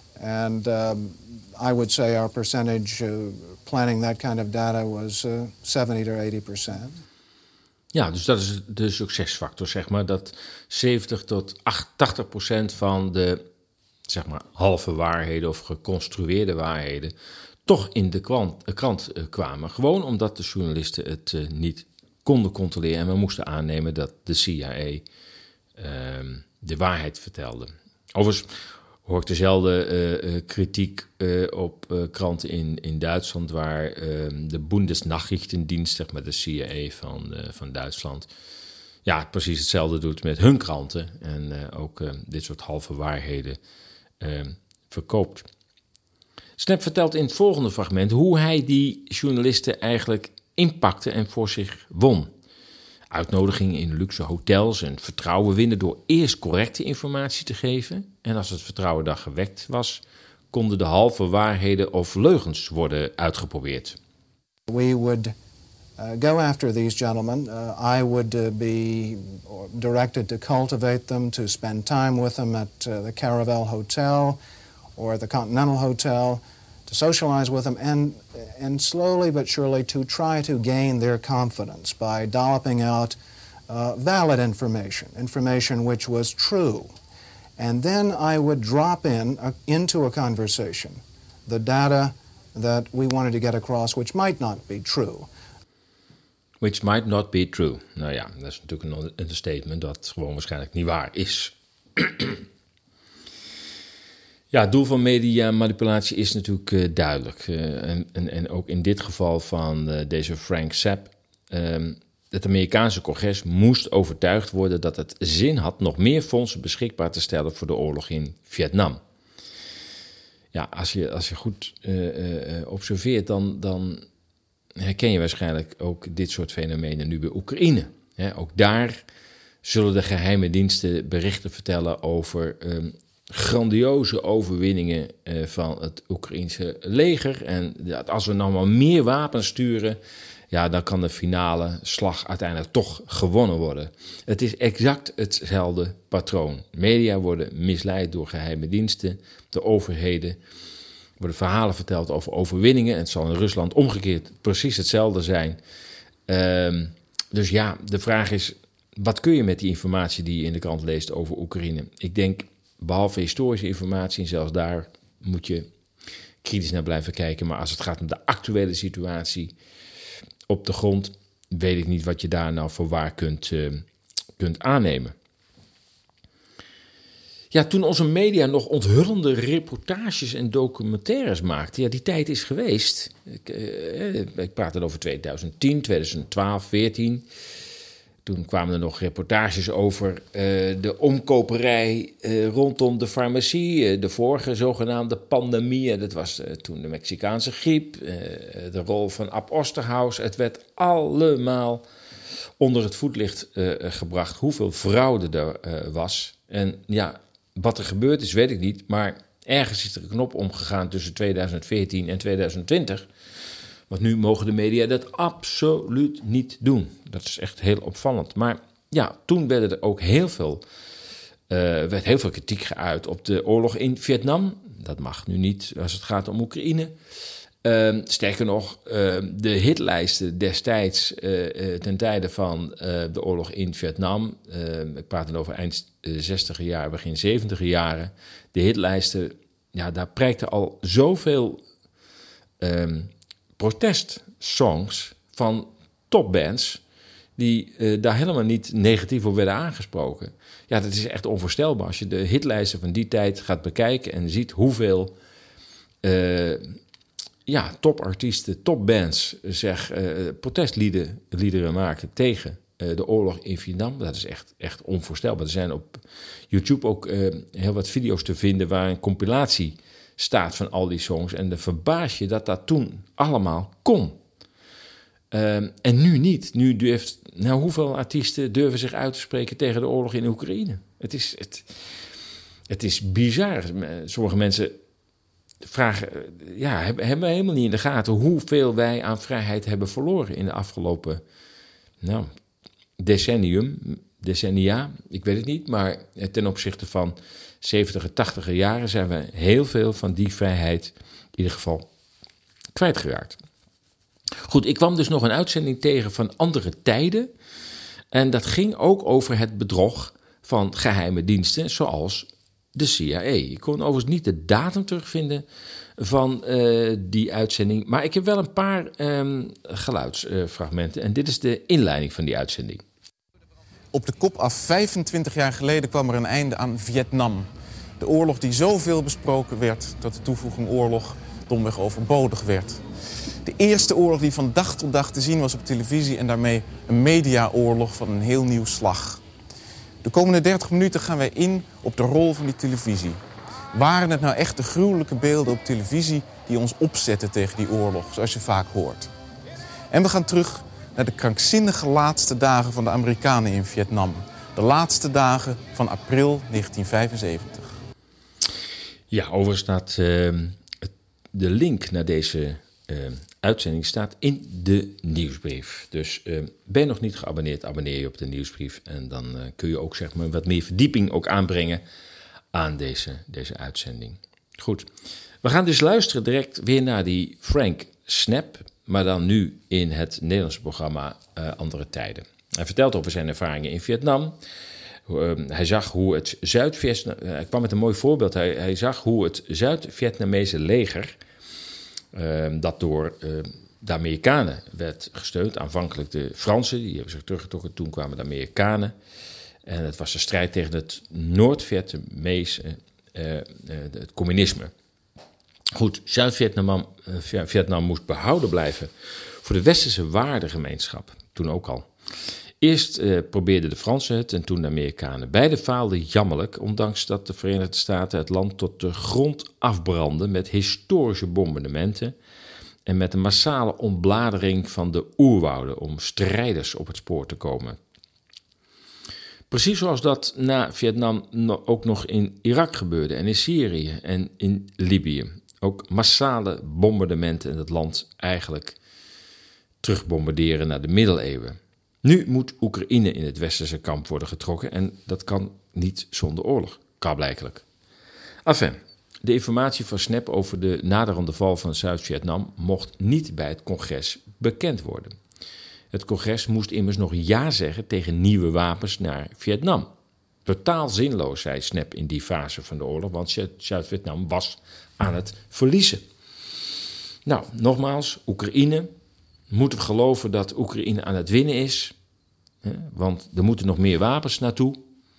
And um, I would say our percentage uh, planning that kind of data was uh, seventy to eighty percent. Ja, dus dat is de succesfactor, zeg maar, dat zeventig tot tachtig procent van de, zeg maar, halve waarheden of geconstrueerde waarheden toch in de krant, uh, krant uh, kwamen. Gewoon omdat de journalisten het uh, niet konden controleren en we moesten aannemen dat de C I A uh, de waarheid vertelde. Overigens hoor ik dezelfde uh, uh, kritiek uh, op uh, kranten in, in Duitsland, waar uh, de Bundesnachrichtendienst, zeg maar de C I A van, uh, van Duitsland, ja, precies hetzelfde doet met hun kranten en uh, ook uh, dit soort halve waarheden uh, verkoopt. Snap vertelt in het volgende fragment hoe hij die journalisten eigenlijk inpakte en voor zich won. Uitnodigingen in luxe hotels en vertrouwen winnen door eerst correcte informatie te geven. En als het vertrouwen dan gewekt was, konden de halve waarheden of leugens worden uitgeprobeerd. We would uh, go after these gentlemen. Uh, I would uh, be directed to cultivate them, to spend time with them at uh, the Caravel Hotel or the Continental Hotel, to socialize with them, and and slowly but surely to try to gain their confidence by dolloping out uh, valid information, information which was true. And then I would drop in uh, into a conversation the data that we wanted to get across, which might not be true. Which might not be true. Nou ja, dat is natuurlijk een understatement dat gewoon waarschijnlijk niet waar is. Ja, het doel van mediamanipulatie is natuurlijk uh, duidelijk. Uh, en, en, en ook in dit geval van uh, deze Frank Sapp. Uh, het Amerikaanse congres moest overtuigd worden dat het zin had nog meer fondsen beschikbaar te stellen voor de oorlog in Vietnam. Ja, als je, als je goed uh, uh, observeert, dan, dan herken je waarschijnlijk ook dit soort fenomenen nu bij Oekraïne. He, ook daar zullen de geheime diensten berichten vertellen over Um, grandioze overwinningen uh, van het Oekraïense leger. En ja, als we nog maar meer wapens sturen, ja, dan kan de finale slag uiteindelijk toch gewonnen worden. Het is exact hetzelfde patroon. Media worden misleid door geheime diensten, de overheden. Er worden verhalen verteld over overwinningen. En het zal in Rusland omgekeerd precies hetzelfde zijn. Um, dus ja, de vraag is, wat kun je met die informatie die je in de krant leest over Oekraïne? Ik denk, behalve historische informatie, en zelfs daar moet je kritisch naar blijven kijken. Maar als het gaat om de actuele situatie op de grond, weet ik niet wat je daar nou voor waar kunt, uh, kunt aannemen. Ja, toen onze media nog onthullende reportages en documentaires maakten, ja, die tijd is geweest. Ik, uh, ik praat dan over twintig tien, twintig twaalf, veertien. Toen kwamen er nog reportages over uh, de omkoperij uh, rondom de farmacie. Uh, de vorige zogenaamde pandemie. Dat was uh, toen de Mexicaanse griep. Uh, de rol van Ab Osterhaus. Het werd allemaal onder het voetlicht uh, gebracht. Hoeveel fraude er uh, was. En ja, wat er gebeurd is, weet ik niet. Maar ergens is er een knop omgegaan tussen tweeduizend veertien en tweeduizend twintig. Want nu mogen de media dat absoluut niet doen. Dat is echt heel opvallend. Maar ja, toen werden er ook heel veel, uh, werd heel veel kritiek geuit op de oorlog in Vietnam. Dat mag nu niet als het gaat om Oekraïne. Uh, sterker nog, uh, de hitlijsten destijds uh, uh, ten tijde van uh, de oorlog in Vietnam. Uh, ik praat dan over eind uh, zestiger jaren, begin zeventiger jaren. De hitlijsten, ja, daar prijkte al zoveel Um, protestsongs van topbands die uh, daar helemaal niet negatief op werden aangesproken. Ja, dat is echt onvoorstelbaar als je de hitlijsten van die tijd gaat bekijken en ziet hoeveel uh, ja, topartiesten, topbands zeg, uh, protestliederen maken tegen uh, de oorlog in Vietnam. Dat is echt, echt onvoorstelbaar. Er zijn op YouTube ook uh, heel wat video's te vinden waar een compilatie staat van al die songs. En dan verbaas je dat dat toen allemaal kon. Uh, en nu niet. Nu durft, nou, hoeveel artiesten durven zich uit te spreken tegen de oorlog in Oekraïne? Het is, het, het is bizar. Sommige mensen vragen, ja, hebben, hebben helemaal niet in de gaten hoeveel wij aan vrijheid hebben verloren in de afgelopen nou, decennium, decennia, ik weet het niet, maar ten opzichte van zeventiger, tachtiger jaren zijn we heel veel van die vrijheid in ieder geval kwijtgeraakt. Goed, ik kwam dus nog een uitzending tegen van Andere Tijden. En dat ging ook over het bedrog van geheime diensten zoals de C I A. Ik kon overigens niet de datum terugvinden van uh, die uitzending. Maar ik heb wel een paar um, geluidsfragmenten. Uh, en dit is de inleiding van die uitzending. Op de kop af vijfentwintig jaar geleden kwam er een einde aan Vietnam. De oorlog die zoveel besproken werd dat de toevoeging oorlog domweg overbodig werd. De eerste oorlog die van dag tot dag te zien was op televisie en daarmee een mediaoorlog van een heel nieuw slag. De komende dertig minuten gaan wij in op de rol van die televisie. Waren het nou echt de gruwelijke beelden op televisie die ons opzetten tegen die oorlog, zoals je vaak hoort? En we gaan terug naar de krankzinnige laatste dagen van de Amerikanen in Vietnam. De laatste dagen van april negentien vijfenzeventig. Ja, overigens staat uh, de link naar deze uh, uitzending staat in de nieuwsbrief. Dus uh, ben je nog niet geabonneerd, abonneer je op de nieuwsbrief. En dan uh, kun je ook zeg maar, wat meer verdieping ook aanbrengen aan deze, deze uitzending. Goed, we gaan dus luisteren direct weer naar die Frank Snap, maar dan nu in het Nederlandse programma uh, Andere Tijden. Hij vertelt over zijn ervaringen in Vietnam. Uh, hij zag hoe het Zuid-Vietnam... Uh, hij kwam met een mooi voorbeeld. Hij, hij zag hoe het Zuid-Vietnamese leger, Uh, dat door uh, de Amerikanen werd gesteund. Aanvankelijk de Fransen, die hebben zich teruggetrokken. Toen kwamen de Amerikanen. En het was de strijd tegen het Noord-Vietnamese uh, uh, het communisme. Goed, Zuid-Vietnam uh, Vietnam moest behouden blijven voor de westerse waardegemeenschap. Toen ook al. Eerst uh, probeerden de Fransen het en toen de Amerikanen. Beide faalden jammerlijk, ondanks dat de Verenigde Staten het land tot de grond afbrandden met historische bombardementen en met een massale ontbladering van de oerwouden om strijders op het spoor te komen. Precies zoals dat na Vietnam ook nog in Irak gebeurde en in Syrië en in Libië. Ook massale bombardementen en het land eigenlijk terugbombarderen naar de middeleeuwen. Nu moet Oekraïne in het westerse kamp worden getrokken en dat kan niet zonder oorlog, klaarblijkelijk. Enfin, de informatie van Snap over de naderende val van Zuid-Vietnam mocht niet bij het congres bekend worden. Het congres moest immers nog ja zeggen tegen nieuwe wapens naar Vietnam. Totaal zinloos, zei Snap in die fase van de oorlog, want Zuid-Vietnam was aan het verliezen. Nou, nogmaals, Oekraïne. Moeten we geloven dat Oekraïne aan het winnen is? Want er moeten nog meer wapens naartoe.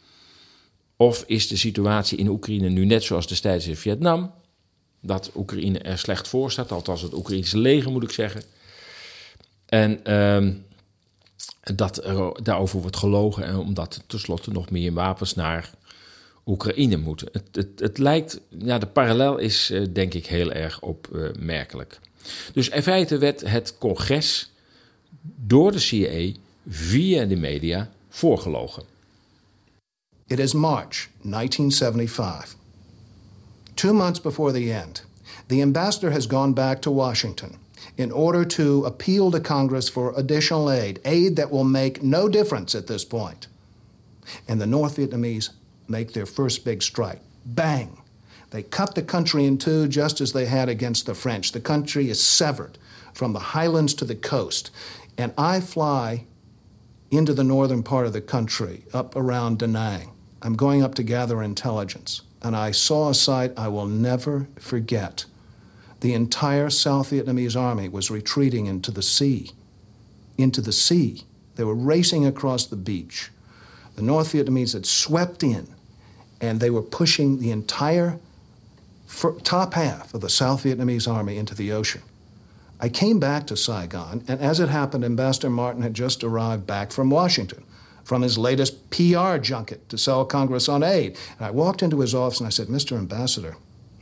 Of is de situatie in Oekraïne nu net zoals destijds in Vietnam? Dat Oekraïne er slecht voor staat, althans het Oekraïnse leger moet ik zeggen. En um, dat er daarover wordt gelogen en omdat er tenslotte nog meer wapens naar Oekraïne moeten. Het, het, het lijkt, ja, de parallel is uh, denk ik heel erg opmerkelijk. Dus in feite werd het congres door de C I A via de media voorgelogen. It is March nineteen seventy-five. Two months before the end, the ambassador has gone back to Washington in order to appeal to Congress for additional aid, aid that will make no difference at this point. And the North Vietnamese make their first big strike. Bang! They cut the country in two just as they had against the French. The country is severed from the highlands to the coast. And I fly into the northern part of the country, up around Da Nang. I'm going up to gather intelligence. And I saw a sight I will never forget. The entire South Vietnamese army was retreating into the sea. Into the sea. They were racing across the beach. The North Vietnamese had swept in, and they were pushing the entire top half of the South Vietnamese army into the ocean. I came back to Saigon, and as it happened, Ambassador Martin had just arrived back from Washington, from his latest P R junket to sell Congress on aid. And I walked into his office and I said, Mister Ambassador,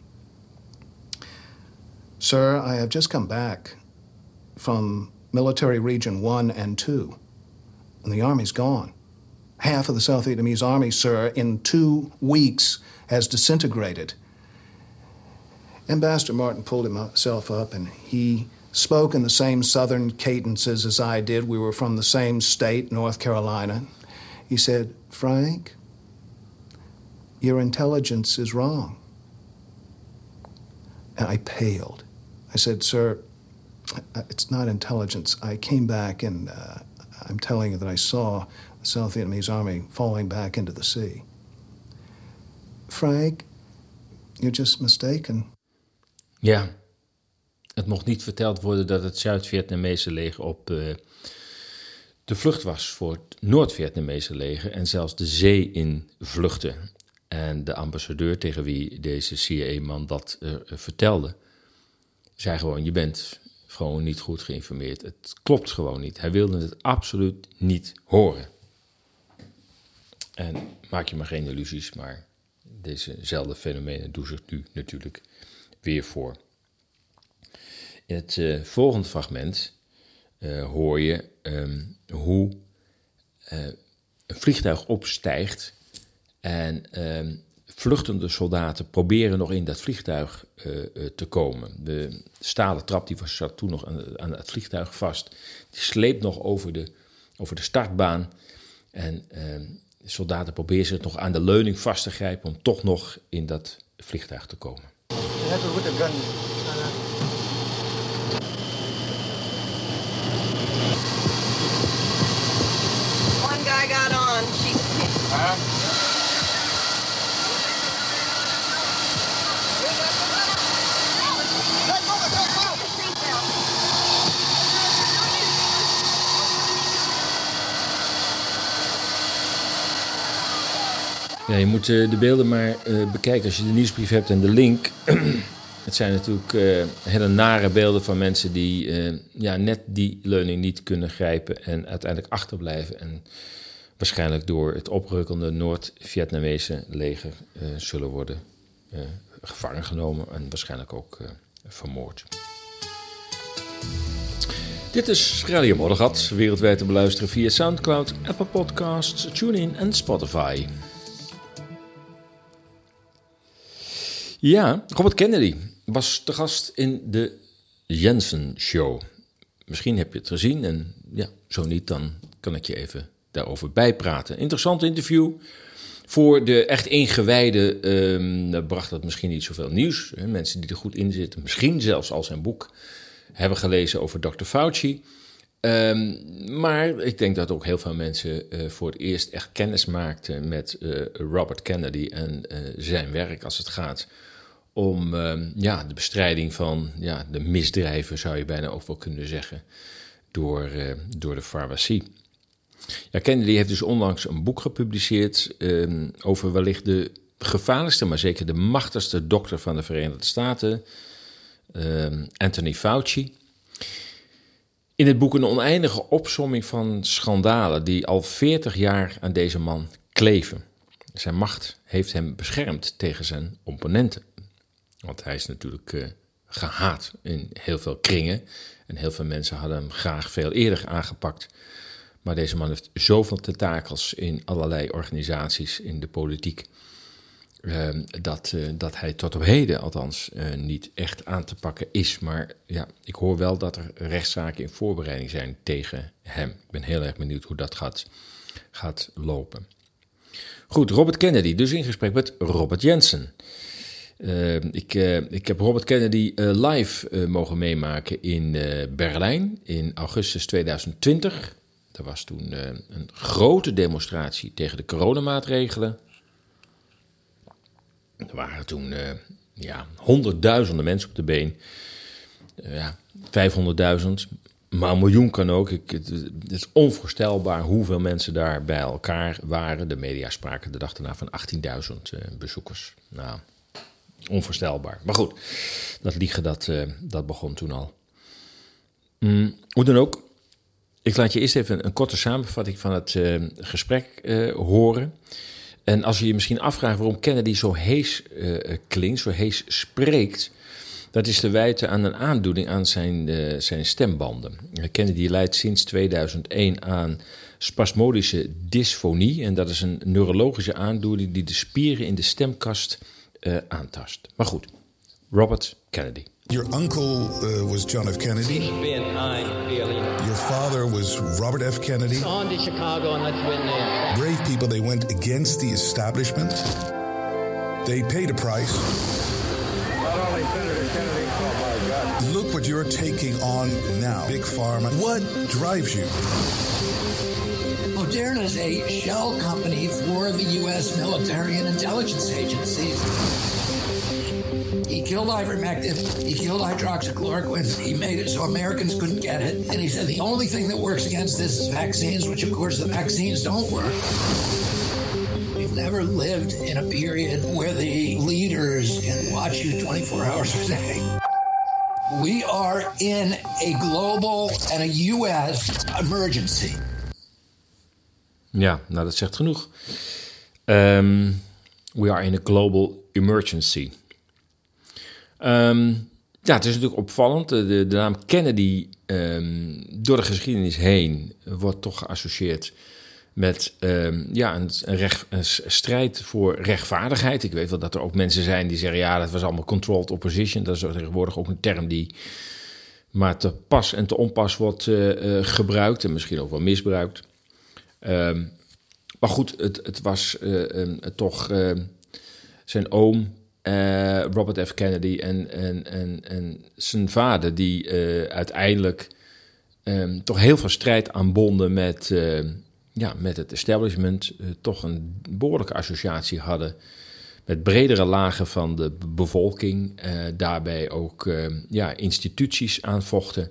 sir, I have just come back from Military Region one and two, and the Army's gone. Half of the South Vietnamese Army, sir, in two weeks has disintegrated. Ambassador Martin pulled himself up, and he spoke in the same Southern cadences as I did. We were from the same state, North Carolina. He said, Frank, your intelligence is wrong. And I paled. I said, sir, it's not intelligence. I came back and uh, I'm telling you that I saw the South Vietnamese army falling back into the sea. Frank, you're just mistaken. Ja, het mocht niet verteld worden dat het Zuid-Vietnamese leger op uh, de vlucht was voor het Noord-Vietnamese leger en zelfs de zee in vluchtte. En de ambassadeur tegen wie deze C I A-man dat uh, vertelde, zei gewoon, je bent gewoon niet goed geïnformeerd. Het klopt gewoon niet. Hij wilde het absoluut niet horen. En maak je maar geen illusies, maar dezezelfde fenomenen doen zich nu natuurlijk weer voor. In het uh, volgende fragment uh, hoor je um, hoe uh, een vliegtuig opstijgt en um, vluchtende soldaten proberen nog in dat vliegtuig uh, uh, te komen. De stalen trap die was, zat toen nog aan, aan het vliegtuig vast. Die sleept nog over de, over de startbaan en uh, de soldaten proberen zich nog aan de leuning vast te grijpen om toch nog in dat vliegtuig te komen. One guy got on. She's huh? Ja, je moet uh, de beelden maar uh, bekijken als je de nieuwsbrief hebt en de link. Het zijn natuurlijk uh, hele nare beelden van mensen die uh, ja, net die leuning niet kunnen grijpen en uiteindelijk achterblijven. En waarschijnlijk door het oprukkende Noord-Vietnamese leger uh, zullen worden uh, gevangen genomen en waarschijnlijk ook uh, vermoord. Dit is Radio Moddergat, wereldwijd te beluisteren via Soundcloud, Apple Podcasts, TuneIn en Spotify. Ja, Robert Kennedy was te gast in de Jensen Show. Misschien heb je het gezien en ja, zo niet, dan kan ik je even daarover bijpraten. Interessant interview. Voor de echt ingewijden um, bracht dat misschien niet zoveel nieuws. Hè? Mensen die er goed in zitten, misschien zelfs al zijn boek hebben gelezen over dokter Fauci. Um, maar ik denk dat ook heel veel mensen uh, voor het eerst echt kennis maakten met uh, Robert Kennedy en uh, zijn werk als het gaat om uh, ja, de bestrijding van ja, de misdrijven, zou je bijna ook wel kunnen zeggen, door, uh, door de farmacie. Ja, Kennedy heeft dus onlangs een boek gepubliceerd uh, over wellicht de gevaarlijkste, maar zeker de machtigste dokter van de Verenigde Staten, uh, Anthony Fauci. In het boek een oneindige opsomming van schandalen die al veertig jaar aan deze man kleven. Zijn macht heeft hem beschermd tegen zijn opponenten. Want hij is natuurlijk uh, gehaat in heel veel kringen. En heel veel mensen hadden hem graag veel eerder aangepakt. Maar deze man heeft zoveel tentakels in allerlei organisaties in de politiek. Uh, dat, uh, dat hij tot op heden althans uh, niet echt aan te pakken is. Maar ja, ik hoor wel dat er rechtszaken in voorbereiding zijn tegen hem. Ik ben heel erg benieuwd hoe dat gaat, gaat lopen. Goed, Robert Kennedy, dus in gesprek met Robert Jensen. Uh, ik, uh, ik heb Robert Kennedy uh, live uh, mogen meemaken in uh, Berlijn in augustus tweeduizend twintig. Er was toen uh, een grote demonstratie tegen de coronamaatregelen. Er waren toen uh, ja, honderdduizenden mensen op de been. Uh, ja, vijfhonderdduizend, maar een miljoen kan ook. Ik, het, het is onvoorstelbaar hoeveel mensen daar bij elkaar waren. De media spraken de dag daarna van achttienduizend uh, bezoekers. Nou, onvoorstelbaar. Maar goed, dat liegen, dat, uh, dat begon toen al. Mm, hoe dan ook, ik laat je eerst even een, een korte samenvatting van het uh, gesprek uh, horen. En als je je misschien afvraagt waarom Kennedy zo hees uh, klinkt, zo hees spreekt, dat is te wijten aan een aandoening aan zijn, uh, zijn stembanden. Kennedy lijdt sinds tweeduizend één aan spasmodische dysfonie. En dat is een neurologische aandoening die de spieren in de stemkast uh, aantast. Maar goed, Robert Kennedy. Your uncle uh, was John F. Kennedy. Your father was Robert F. Kennedy. On to Chicago and let's win there. Brave people, they went against the establishment. They paid a price. Not only Senator Kennedy, oh my God. Look what you're taking on now. Big Pharma. What drives you? Moderna is a shell company for the U S military and intelligence agencies. He killed ivermectin, he killed hydroxychloroquine, he made it so Americans couldn't get it, and he said the only thing that works against this is vaccines, which of course the vaccines don't work. We've never lived in a period where the leaders can watch you twenty-four hours a day. We are in a global and a U S emergency. Ja, nou dat zegt genoeg. Um, we are in a global emergency. Um, ja, het is natuurlijk opvallend. De, de, de naam Kennedy um, door de geschiedenis heen wordt toch geassocieerd met um, ja, een, een, recht, een strijd voor rechtvaardigheid. Ik weet wel dat er ook mensen zijn die zeggen, ja, dat was allemaal controlled opposition. Dat is tegenwoordig ook een term die maar te pas en te onpas wordt uh, uh, gebruikt en misschien ook wel misbruikt. Um, maar goed, het, het was uh, um, toch uh, zijn oom, uh, Robert F. Kennedy, en, en, en, en zijn vader, die uh, uiteindelijk um, toch heel veel strijd aanbonden met, uh, ja, met het establishment, uh, toch een behoorlijke associatie hadden met bredere lagen van de bevolking, uh, daarbij ook uh, ja, instituties aanvochten.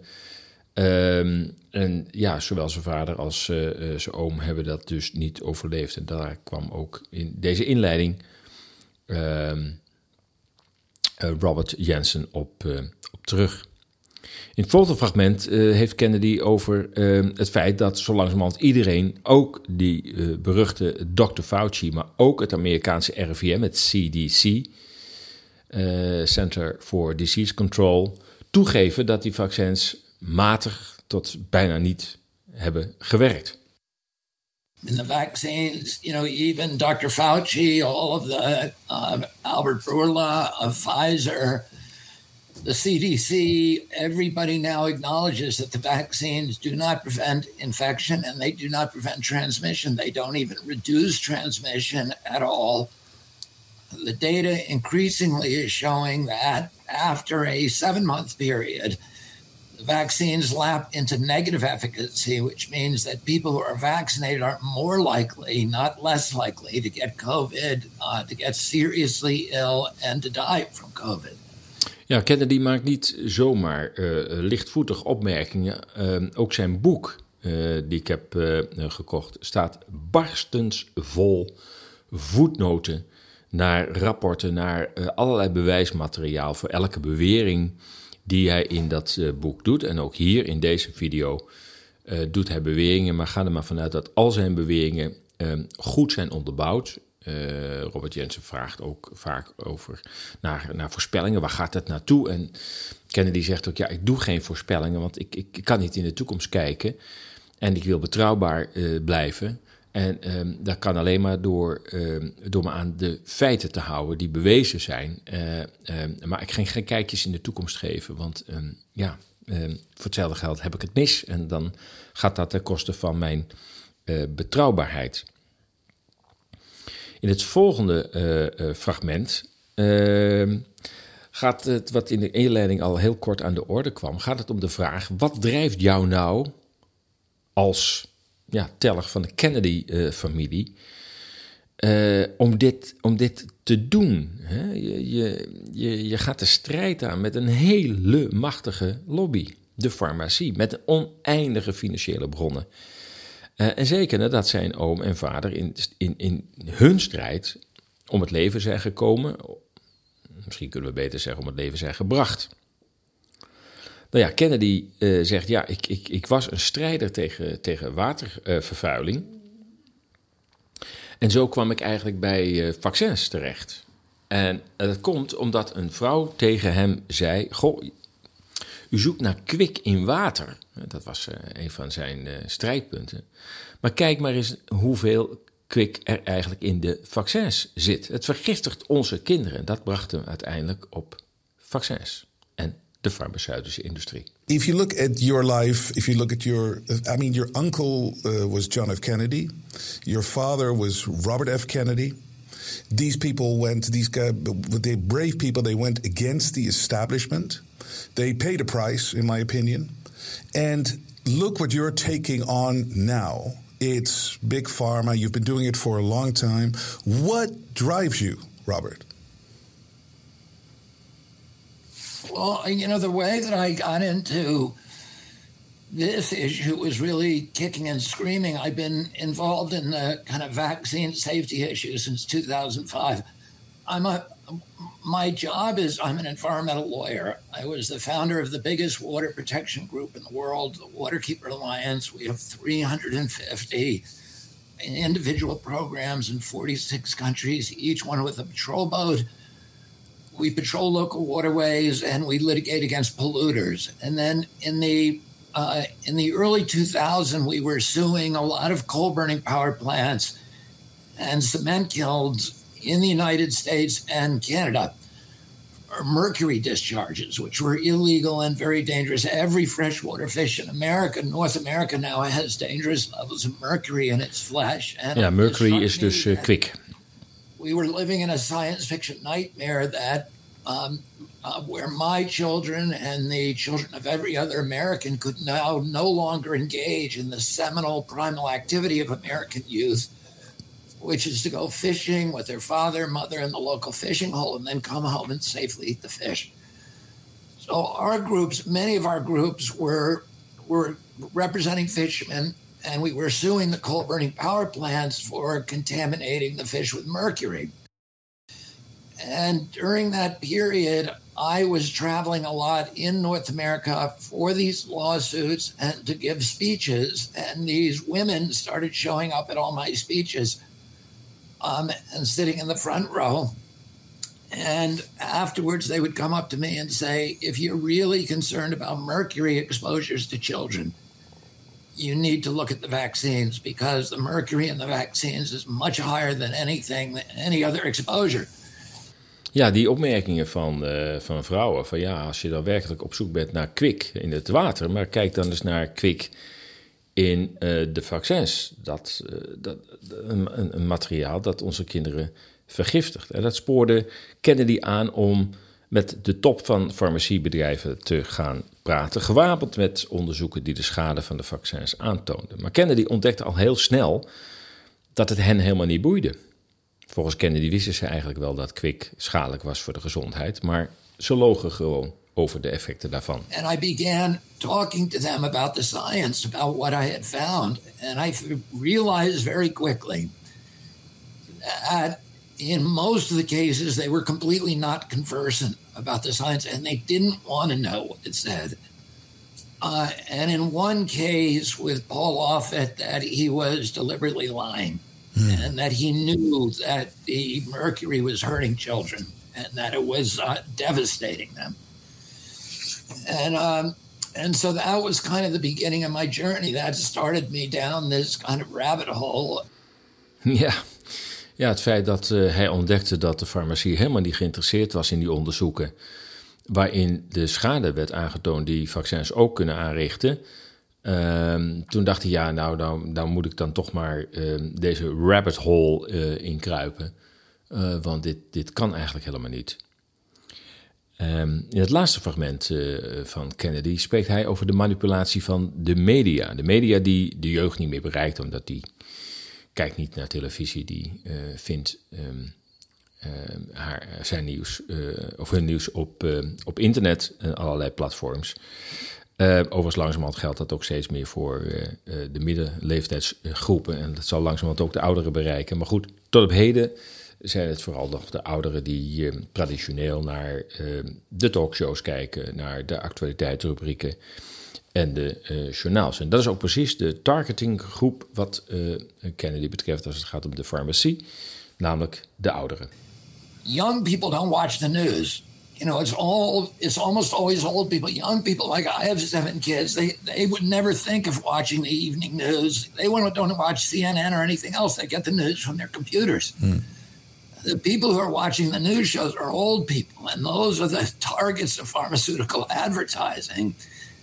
Um, en ja, zowel zijn vader als uh, uh, zijn oom hebben dat dus niet overleefd. En daar kwam ook in deze inleiding uh, uh, Robert Jensen op, uh, op terug. In het fotoфragment uh, heeft Kennedy over uh, het feit dat zo langzamerhand iedereen, ook die uh, beruchte dokter Fauci, maar ook het Amerikaanse R I V M, het C D C, uh, Center for Disease Control, toegeven dat die vaccins matig tot bijna niet hebben gewerkt. In the vaccines, you know, even Doctor Fauci, all of the uh, Albert Bourla of Pfizer, the C D C, everybody now acknowledges that the vaccines do not prevent infection and they do not prevent transmission. They don't even reduce transmission at all. The data increasingly is showing that after a seven-month period, the vaccines lap into negative efficacy, which means that people who are vaccinated are more likely, not less likely, to get COVID, uh, to get seriously ill and to die from COVID. Ja, Kennedy maakt niet zomaar uh, lichtvoetig opmerkingen. Uh, ook zijn boek, uh, die ik heb uh, gekocht, staat barstens vol voetnoten naar rapporten, naar uh, allerlei bewijsmateriaal voor elke bewering die hij in dat uh, boek doet. En ook hier in deze video uh, doet hij beweringen, maar ga er maar vanuit dat al zijn beweringen uh, goed zijn onderbouwd. Uh, Robert Jensen vraagt ook vaak over naar, naar voorspellingen. Waar gaat het naartoe? En Kennedy zegt ook, ja, ik doe geen voorspellingen, want ik, ik, ik kan niet in de toekomst kijken. En ik wil betrouwbaar uh, blijven. En um, dat kan alleen maar door, um, door me aan de feiten te houden die bewezen zijn. Uh, um, maar ik ga geen kijkjes in de toekomst geven, want um, ja, um, voor hetzelfde geld heb ik het mis. En dan gaat dat ten koste van mijn uh, betrouwbaarheid. In het volgende uh, uh, fragment uh, gaat het, wat in de inleiding al heel kort aan de orde kwam, gaat het om de vraag, wat drijft jou nou als ja, telg van de Kennedy-familie uh, uh, om, dit, om dit te doen? Hè? Je, je, je, je gaat de strijd aan met een hele machtige lobby, de farmacie, met oneindige financiële bronnen. Uh, en zeker nadat zijn oom en vader in, in, in hun strijd om het leven zijn gekomen, misschien kunnen we beter zeggen om het leven zijn gebracht. Nou ja, Kennedy uh, zegt, ja, ik, ik, ik was een strijder tegen, tegen watervervuiling. Uh, en zo kwam ik eigenlijk bij uh, vaccins terecht. En uh, dat komt omdat een vrouw tegen hem zei, goh, u zoekt naar kwik in water. Dat was uh, een van zijn uh, strijdpunten. Maar kijk maar eens hoeveel kwik er eigenlijk in de vaccins zit. Het vergiftigt onze kinderen. Dat bracht hem uiteindelijk op vaccins en de farmaceutische industrie. If you look at your life, if you look at your, I mean, your uncle uh, was John F. Kennedy. Your father was Robert F. Kennedy. These people went, these guys, they brave people, they went against the establishment. They paid a price, in my opinion. And look what you're taking on now. It's big pharma. You've been doing it for a long time. What drives you, Robert? Well, you know, the way that I got into this issue was really kicking and screaming. I've been involved in the kind of vaccine safety issue since two thousand five. I'm a, my job is I'm an environmental lawyer. I was the founder of the biggest water protection group in the world, the Waterkeeper Alliance. We have three hundred fifty individual programs in forty-six countries, each one with a patrol boat. We patrol local waterways and we litigate against polluters. And then in the uh, in the early two thousands, we were suing a lot of coal burning power plants and cement kilns in the United States and Canada, mercury discharges, which were illegal and very dangerous. Every freshwater fish in America, North America now has dangerous levels of mercury in its flesh. And ja, mercury is dus uh, kwik. We were living in a science fiction nightmare that um, uh, where my children and the children of every other American could now no longer engage in the seminal primal activity of American youth, which is to go fishing with their father, mother in the local fishing hole and then come home and safely eat the fish. So our groups, many of our groups were, were representing fishermen, and we were suing the coal-burning power plants for contaminating the fish with mercury. And during that period, I was traveling a lot in North America for these lawsuits and to give speeches, and these women started showing up at all my speeches um, and sitting in the front row. And afterwards, they would come up to me and say, if you're really concerned about mercury exposures to children, you need to look at the vaccines, because the mercury in the vaccines is much higher than anything, any other exposure. Ja, die opmerkingen van, uh, van vrouwen, van ja, als je dan werkelijk op zoek bent naar kwik in het water, maar kijk dan eens naar kwik in uh, de vaccins. Dat, uh, dat een, een materiaal dat onze kinderen vergiftigt. En dat spoorde Kennedy aan om met de top van farmaciebedrijven te gaan praten, gewapend met onderzoeken die de schade van de vaccins aantoonden. Maar Kennedy ontdekte al heel snel dat het hen helemaal niet boeide. Volgens Kennedy wisten ze eigenlijk wel dat kwik schadelijk was voor de gezondheid, maar ze logen gewoon over de effecten daarvan. And I began talking to them about the science, about what I had found, and I realized very quickly that in most of the cases, they were completely not conversant about the science, and they didn't want to know what it said. Uh, and in one case with Paul Offit, that he was deliberately lying, mm. and that he knew that the mercury was hurting children and that it was uh, devastating them. And um, and so that was kind of the beginning of my journey. That started me down this kind of rabbit hole. Ja, ja het feit dat uh, hij ontdekte dat de farmacie helemaal niet geïnteresseerd was in die onderzoeken, waarin de schade werd aangetoond die vaccins ook kunnen aanrichten. Uh, toen dacht hij, ja, nou, dan, dan moet ik dan toch maar uh, deze rabbit hole uh, inkruipen. Uh, want dit, dit kan eigenlijk helemaal niet. Um, in het laatste fragment uh, van Kennedy spreekt hij over de manipulatie van de media. De media die de jeugd niet meer bereikt, omdat die kijkt niet naar televisie, die uh, vindt um, uh, haar, zijn nieuws uh, of hun nieuws op, uh, op internet en allerlei platforms. Uh, overigens langzamerhand geldt dat ook steeds meer voor uh, uh, de middenleeftijdsgroepen. En dat zal langzamerhand ook de ouderen bereiken. Maar goed, tot op heden zijn het vooral nog de ouderen die uh, traditioneel naar uh, de talkshows kijken, naar de actualiteitsrubrieken en de uh, journaals. En dat is ook precies de targetinggroep wat uh, Kennedy betreft als het gaat om de farmacie, namelijk de ouderen. Young people don't watch the news. You know, it's all, it's almost always old people. Young people, like I have seven kids, they, they would never think of watching the evening news. They don't watch C N N or anything else. They get the news from their computers. Hmm. The people who are watching the news shows are old people, and those are the targets of pharmaceutical advertising.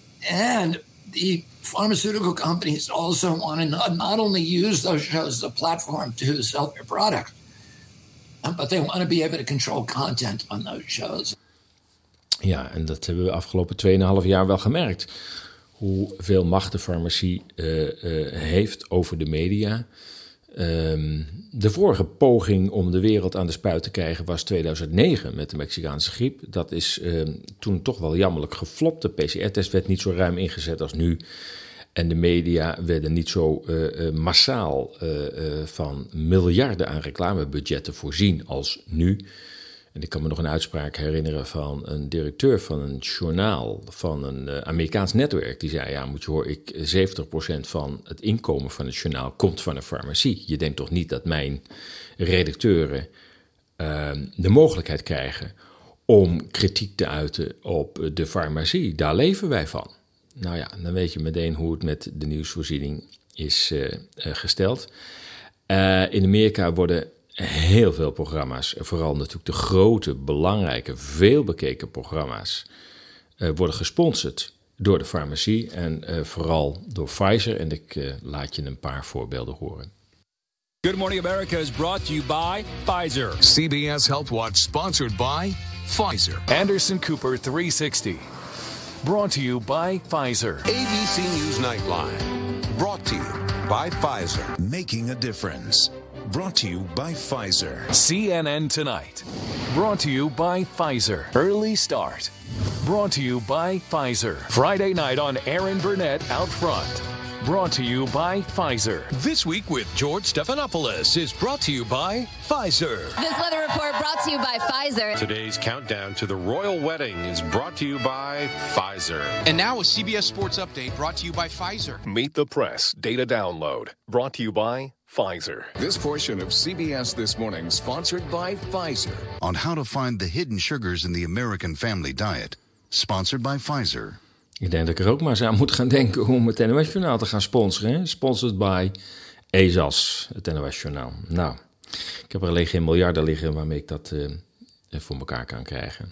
And the pharmaceutical companies also want to not, not only use those shows as a platform to sell their product, but they want to be able to control content on those shows. Ja, en dat hebben we afgelopen tweeënhalf jaar wel gemerkt. Hoeveel macht de farmacie uh, uh, heeft over de media. Um, de vorige poging om de wereld aan de spuit te krijgen was tweeduizend negen met de Mexicaanse griep. Dat is uh, toen toch wel jammerlijk geflopt. De P C R-test werd niet zo ruim ingezet als nu. En de media werden niet zo uh, uh, massaal uh, uh, van miljarden aan reclamebudgetten voorzien als nu. En ik kan me nog een uitspraak herinneren van een directeur van een journaal van een uh, Amerikaans netwerk. Die zei, ja, moet je horen, ik, zeventig procent van het inkomen van het journaal komt van een farmacie. Je denkt toch niet dat mijn redacteuren uh, de mogelijkheid krijgen om kritiek te uiten op de farmacie. Daar leven wij van. Nou ja, dan weet je meteen hoe het met de nieuwsvoorziening is uh, uh, gesteld. Uh, in Amerika worden heel veel programma's, vooral natuurlijk de grote, belangrijke, veelbekeken programma's, uh, worden gesponsord door de farmacie en uh, vooral door Pfizer. En ik uh, laat je een paar voorbeelden horen. Good Morning America is brought to you by Pfizer. C B S Health Watch sponsored by Pfizer. Anderson Cooper three sixty. Brought to you by Pfizer. A B C News Nightline. Brought to you by Pfizer. Making a difference. Brought to you by Pfizer. C N N Tonight. Brought to you by Pfizer. Early Start. Brought to you by Pfizer. Friday night on Aaron Burnett Out Front. Brought to you by Pfizer. This Week with George Stephanopoulos is brought to you by Pfizer. This weather report brought to you by Pfizer. Today's countdown to the royal wedding is brought to you by Pfizer. And now a C B S Sports Update brought to you by Pfizer. Meet the Press Data Download brought to you by Pfizer. This portion of C B S This Morning sponsored by Pfizer. On how to find the hidden sugars in the American family diet. Sponsored by Pfizer. Ik denk dat ik er ook maar eens aan moet gaan denken om het N O S-journaal te gaan sponsoren. Hè? Sponsored by E S A S, het N O S-journaal. Nou, ik heb er alleen geen miljarden liggen waarmee ik dat uh, voor elkaar kan krijgen.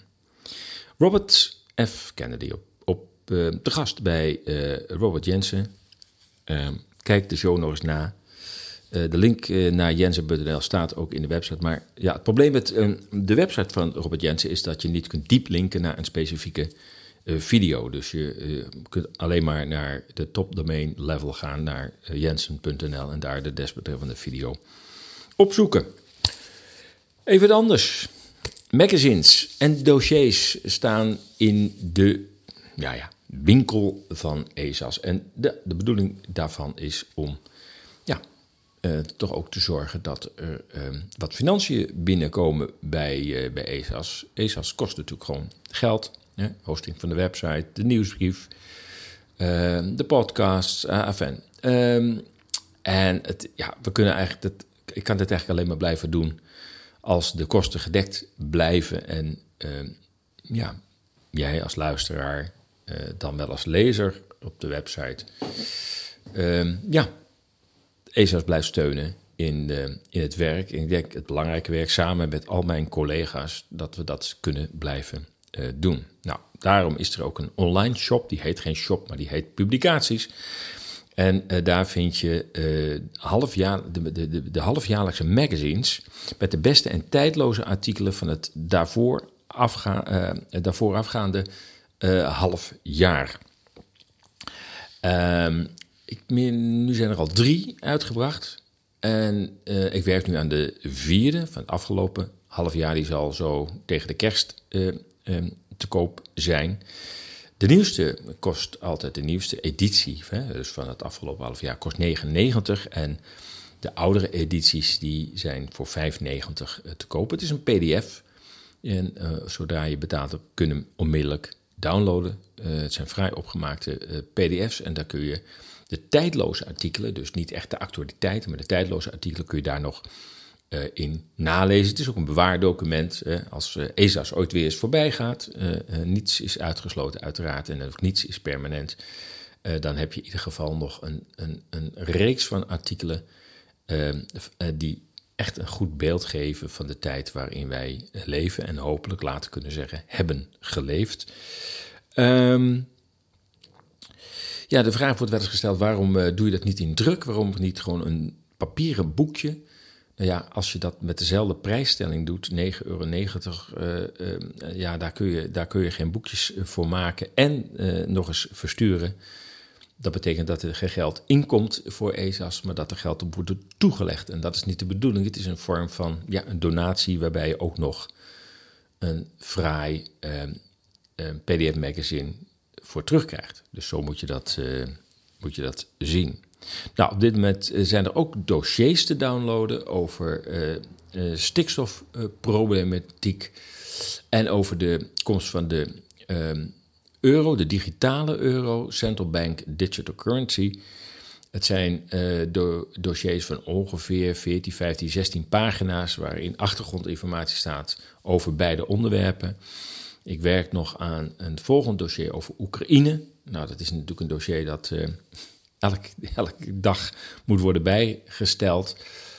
Robert F. Kennedy op, op uh, de gast bij uh, Robert Jensen. Uh, kijk de show nog eens na. Uh, de link uh, naar jensen punt n l staat ook in de website. Maar ja, het probleem met uh, de website van Robert Jensen is dat je niet kunt diep linken naar een specifieke uh, video. Dus je uh, kunt alleen maar naar de top domain level gaan, naar uh, jensen punt n l en daar de desbetreffende video opzoeken. Even anders. Magazines en dossiers staan in de ja, ja, winkel van E S A S. En de, de bedoeling daarvan is om ja, uh, toch ook te zorgen dat er uh, wat financiën binnenkomen bij, uh, bij E S A S. E S A S kost natuurlijk gewoon geld. Hè? Hosting van de website, de nieuwsbrief, uh, de podcasts, uh, enfin. Um, en het, ja, we kunnen eigenlijk dat, ik kan dit eigenlijk alleen maar blijven doen als de kosten gedekt blijven. En uh, ja, jij als luisteraar, uh, dan wel als lezer op de website, uh, ja, E S A S blijft steunen in, uh, in het werk. En ik denk het belangrijke werk samen met al mijn collega's, dat we dat kunnen blijven uh, doen. Nou, daarom is er ook een online shop. Die heet geen shop, maar die heet Publicaties. En uh, daar vind je uh, halfjaar, de, de, de, de halfjaarlijkse magazines met de beste en tijdloze artikelen van het daarvoor, afga, uh, daarvoor afgaande uh, half jaar. Um, ik, nu zijn er al drie uitgebracht. En uh, ik werk nu aan de vierde van het afgelopen half jaar. Die zal zo tegen de kerst uh, um, te koop zijn. De nieuwste kost altijd de nieuwste editie, hè, dus van het afgelopen half jaar, kost negen negentig. En de oudere edities die zijn voor vijf negentig te kopen. Het is een P D F. En uh, zodra je betaalt, kun je hem onmiddellijk downloaden. Uh, het zijn vrij opgemaakte uh, P D F's. En daar kun je de tijdloze artikelen, dus niet echt de actualiteiten, maar de tijdloze artikelen kun je daar nog uh, in nalezen. Het is ook een bewaardocument. Uh, als uh, E S A S ooit weer eens voorbij gaat, uh, uh, niets is uitgesloten uiteraard en ook niets is permanent. Uh, dan heb je in ieder geval nog een, een, een reeks van artikelen uh, uh, die echt een goed beeld geven van de tijd waarin wij leven en hopelijk later kunnen zeggen hebben geleefd. Um, ja, de vraag wordt wel eens gesteld, waarom uh, doe je dat niet in druk? Waarom niet gewoon een papieren boekje? Nou ja, als je dat met dezelfde prijsstelling doet, negen euro negentig, uh, uh, ja, daar kun je, daar kun je geen boekjes voor maken en uh, nog eens versturen. Dat betekent dat er geen geld inkomt voor E S A S, maar dat er geld op wordt toegelegd. En dat is niet de bedoeling. Het is een vorm van ja, een donatie waarbij je ook nog een fraai uh, een P D F-magazine voor terugkrijgt. Dus zo moet je dat, uh, moet je dat zien. Nou, op dit moment zijn er ook dossiers te downloaden over uh, uh, stikstofproblematiek uh, en over de komst van de uh, euro, de digitale euro, Central Bank Digital Currency. Het zijn uh, do- dossiers van ongeveer veertien, vijftien, zestien pagina's waarin achtergrondinformatie staat over beide onderwerpen. Ik werk nog aan een volgend dossier over Oekraïne. Nou, dat is natuurlijk een dossier dat uh, elke, elke dag moet worden bijgesteld.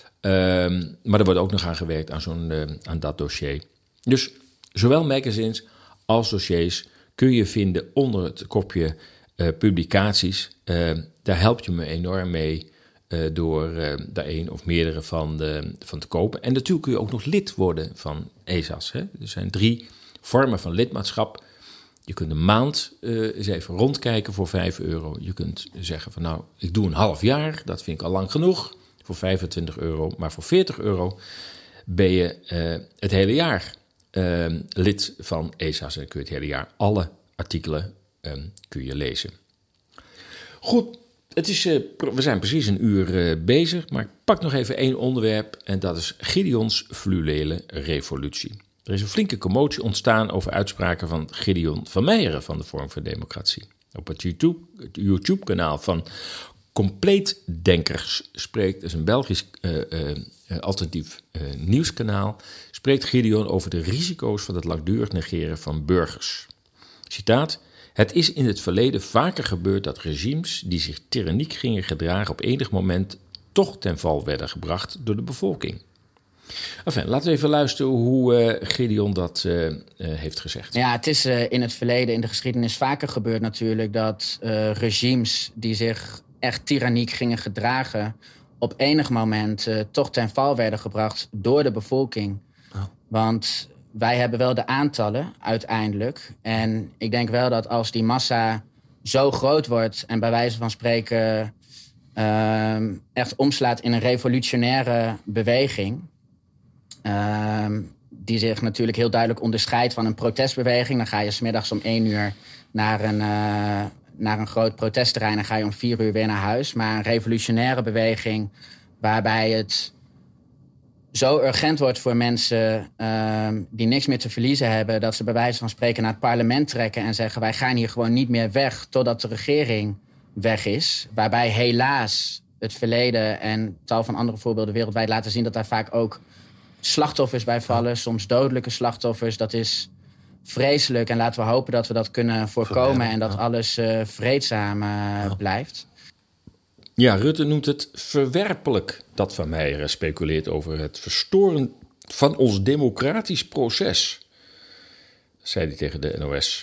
Um, maar er wordt ook nog aan gewerkt aan, zo'n, uh, aan dat dossier. Dus zowel magazines als dossiers kun je vinden onder het kopje uh, publicaties. Uh, daar help je me enorm mee uh, door uh, daar één of meerdere van, de, van te kopen. En natuurlijk kun je ook nog lid worden van E S A S. Hè? Er zijn drie vormen van lidmaatschap. Je kunt een maand uh, eens even rondkijken voor vijf euro. Je kunt zeggen van nou, ik doe een half jaar. Dat vind ik al lang genoeg voor vijfentwintig euro. Maar voor veertig euro ben je uh, het hele jaar uh, lid van E S A S. En dan kun je het hele jaar alle artikelen uh, kun je lezen. Goed, het is, uh, we zijn precies een uur uh, bezig. Maar ik pak nog even één onderwerp. En dat is Gideons fluwelen revolutie. Er is een flinke commotie ontstaan over uitspraken van Gideon van Meijeren van de Forum voor Democratie. Op het YouTube, het YouTube-kanaal van Compleetdenkers spreekt, dat is een Belgisch uh, uh, alternatief uh, nieuwskanaal, spreekt Gideon over de risico's van het langdurig negeren van burgers. Citaat: het is in het verleden vaker gebeurd dat regimes die zich tyranniek gingen gedragen op enig moment toch ten val werden gebracht door de bevolking. Enfin, laten we even luisteren hoe uh, Gideon dat uh, uh, heeft gezegd. Ja, het is uh, in het verleden, in de geschiedenis vaker gebeurd natuurlijk dat uh, regimes die zich echt tyranniek gingen gedragen op enig moment uh, toch ten val werden gebracht door de bevolking. Oh. Want wij hebben wel de aantallen uiteindelijk. En ik denk wel dat als die massa zo groot wordt en bij wijze van spreken uh, echt omslaat in een revolutionaire beweging, Uh, die zich natuurlijk heel duidelijk onderscheidt van een protestbeweging. Dan ga je 's middags om één uur naar een, uh, naar een groot protestterrein en ga je om vier uur weer naar huis. Maar een revolutionaire beweging waarbij het zo urgent wordt voor mensen uh, die niks meer te verliezen hebben, dat ze bij wijze van spreken naar het parlement trekken en zeggen wij gaan hier gewoon niet meer weg totdat de regering weg is. Waarbij helaas het verleden en tal van andere voorbeelden wereldwijd laten zien dat daar vaak ook slachtoffers bij vallen, soms dodelijke slachtoffers. Dat is vreselijk en laten we hopen dat we dat kunnen voorkomen en dat alles uh, vreedzaam uh, blijft. Ja, Rutte noemt het verwerpelijk dat Van Meijeren speculeert over het verstoren van ons democratisch proces, zei hij tegen de N O S.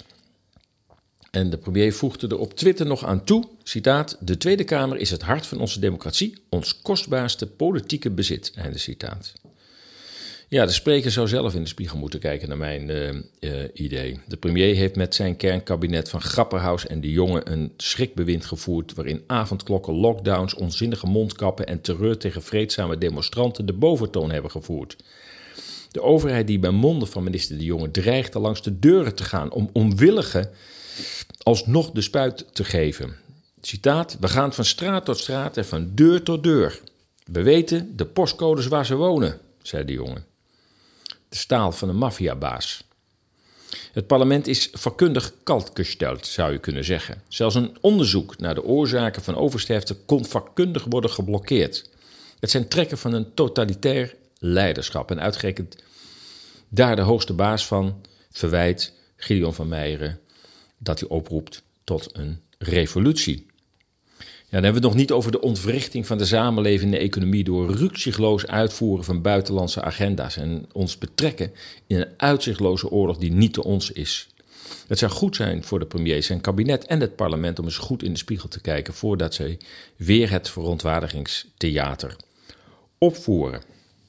En de premier voegde er op Twitter nog aan toe, citaat, de Tweede Kamer is het hart van onze democratie, ons kostbaarste politieke bezit, einde citaat. Ja, de spreker zou zelf in de spiegel moeten kijken naar mijn uh, uh, idee. De premier heeft met zijn kernkabinet van Grapperhaus en de Jonge een schrikbewind gevoerd waarin avondklokken, lockdowns, onzinnige mondkappen en terreur tegen vreedzame demonstranten de boventoon hebben gevoerd. De overheid die bij monden van minister De Jonge dreigde langs de deuren te gaan om onwilligen alsnog de spuit te geven. Citaat, we gaan van straat tot straat en van deur tot deur. We weten de postcodes waar ze wonen, zei De Jonge. De staal van een maffiabaas. Het parlement is vakkundig kaltgesteld, zou je kunnen zeggen. Zelfs een onderzoek naar de oorzaken van oversterfte kon vakkundig worden geblokkeerd. Het zijn trekken van een totalitair leiderschap. En uitgerekend daar de hoogste baas van verwijt Gideon van Meijeren dat hij oproept tot een revolutie. Ja, dan hebben we het nog niet over de ontwrichting van de samenleving en de economie door rukzichtloos uitvoeren van buitenlandse agenda's en ons betrekken in een uitzichtloze oorlog die niet te ons is. Het zou goed zijn voor de premier, zijn kabinet en het parlement om eens goed in de spiegel te kijken voordat zij weer het verontwaardigingstheater opvoeren.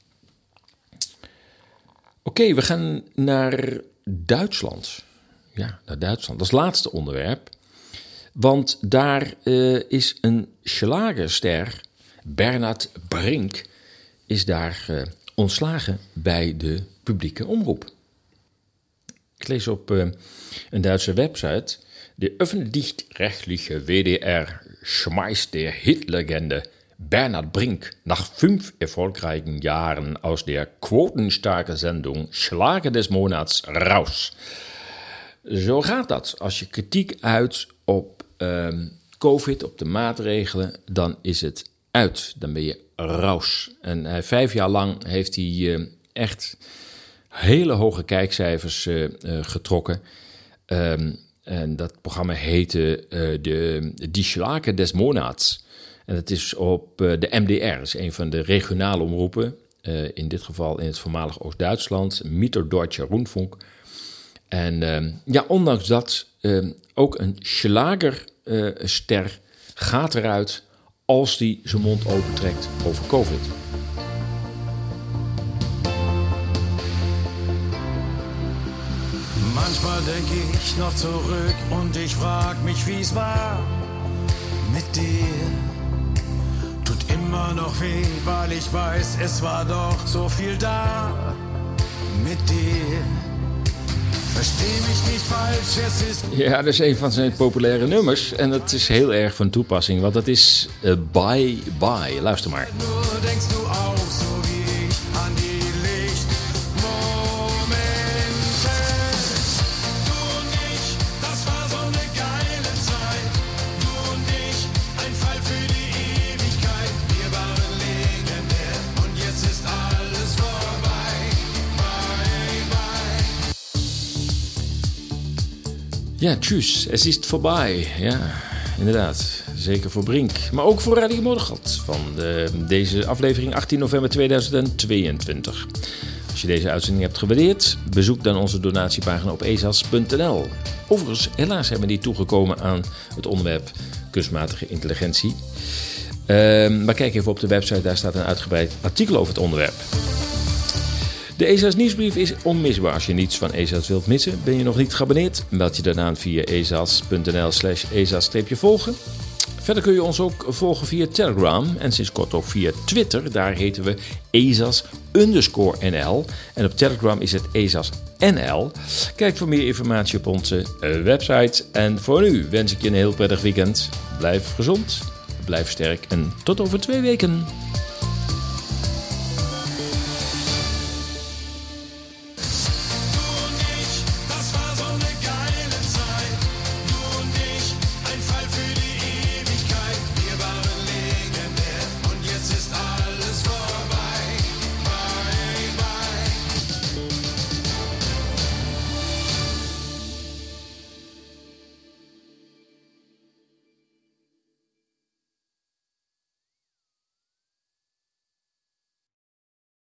Oké, okay, we gaan naar Duitsland. Ja, naar Duitsland. Dat is het laatste onderwerp. Want daar uh, is een schlagerster, Bernhard Brink, is daar uh, ontslagen bij de publieke omroep. Ik lees op uh, een Duitse website. De öffentlich-rechtliche W D R schmeißt der Hitlegende Bernhard Brink nach fünf erfolgreichen Jahren aus der quotenstarke Sendung Schlager des Monats raus. Zo gaat dat. Als je kritiek uit op Um, COVID, op de maatregelen, dan is het uit. Dan ben je raus. En uh, vijf jaar lang heeft hij uh, echt hele hoge kijkcijfers uh, uh, getrokken. Um, en dat programma heette uh, de Die Schlager des Monats. En dat is op uh, de M D R, dat is een van de regionale omroepen. Uh, in dit geval in het voormalig Oost-Duitsland, Mitterdeutscher Rundfunk. En uh, ja, ondanks dat uh, ook een schlagerster uh, gaat eruit als die zijn mond opentrekt over COVID. Manchmal denk ich noch zurück und ich frag mich, wie's war mit dir. Tut immer noch weh, weil ich weiß, es war doch so viel da mit dir. Ja, dat is een van zijn populaire nummers. En dat is heel erg van toepassing, want dat is uh, Bye Bye. Luister maar. Ja, tjus, es is voorbij. Ja, inderdaad. Zeker voor Brink. Maar ook voor Radio Moddergat van de, deze aflevering achttien november tweeduizend tweeëntwintig. Als je deze uitzending hebt gewaardeerd, bezoek dan onze donatiepagina op ezas punt n l. Overigens, helaas hebben we niet toegekomen aan het onderwerp kunstmatige intelligentie. Uh, maar kijk even op de website, daar staat een uitgebreid artikel over het onderwerp. De E S A S nieuwsbrief is onmisbaar. Als je niets van E S A S wilt missen, ben je nog niet geabonneerd? Meld je dan aan via ezas punt n l slash ezas-volgen. Verder kun je ons ook volgen via Telegram en sinds kort ook via Twitter. Daar heten we ezas underscore nl. En op Telegram is het ezas N L. Kijk voor meer informatie op onze website. En voor nu wens ik je een heel prettig weekend. Blijf gezond, blijf sterk en tot over twee weken.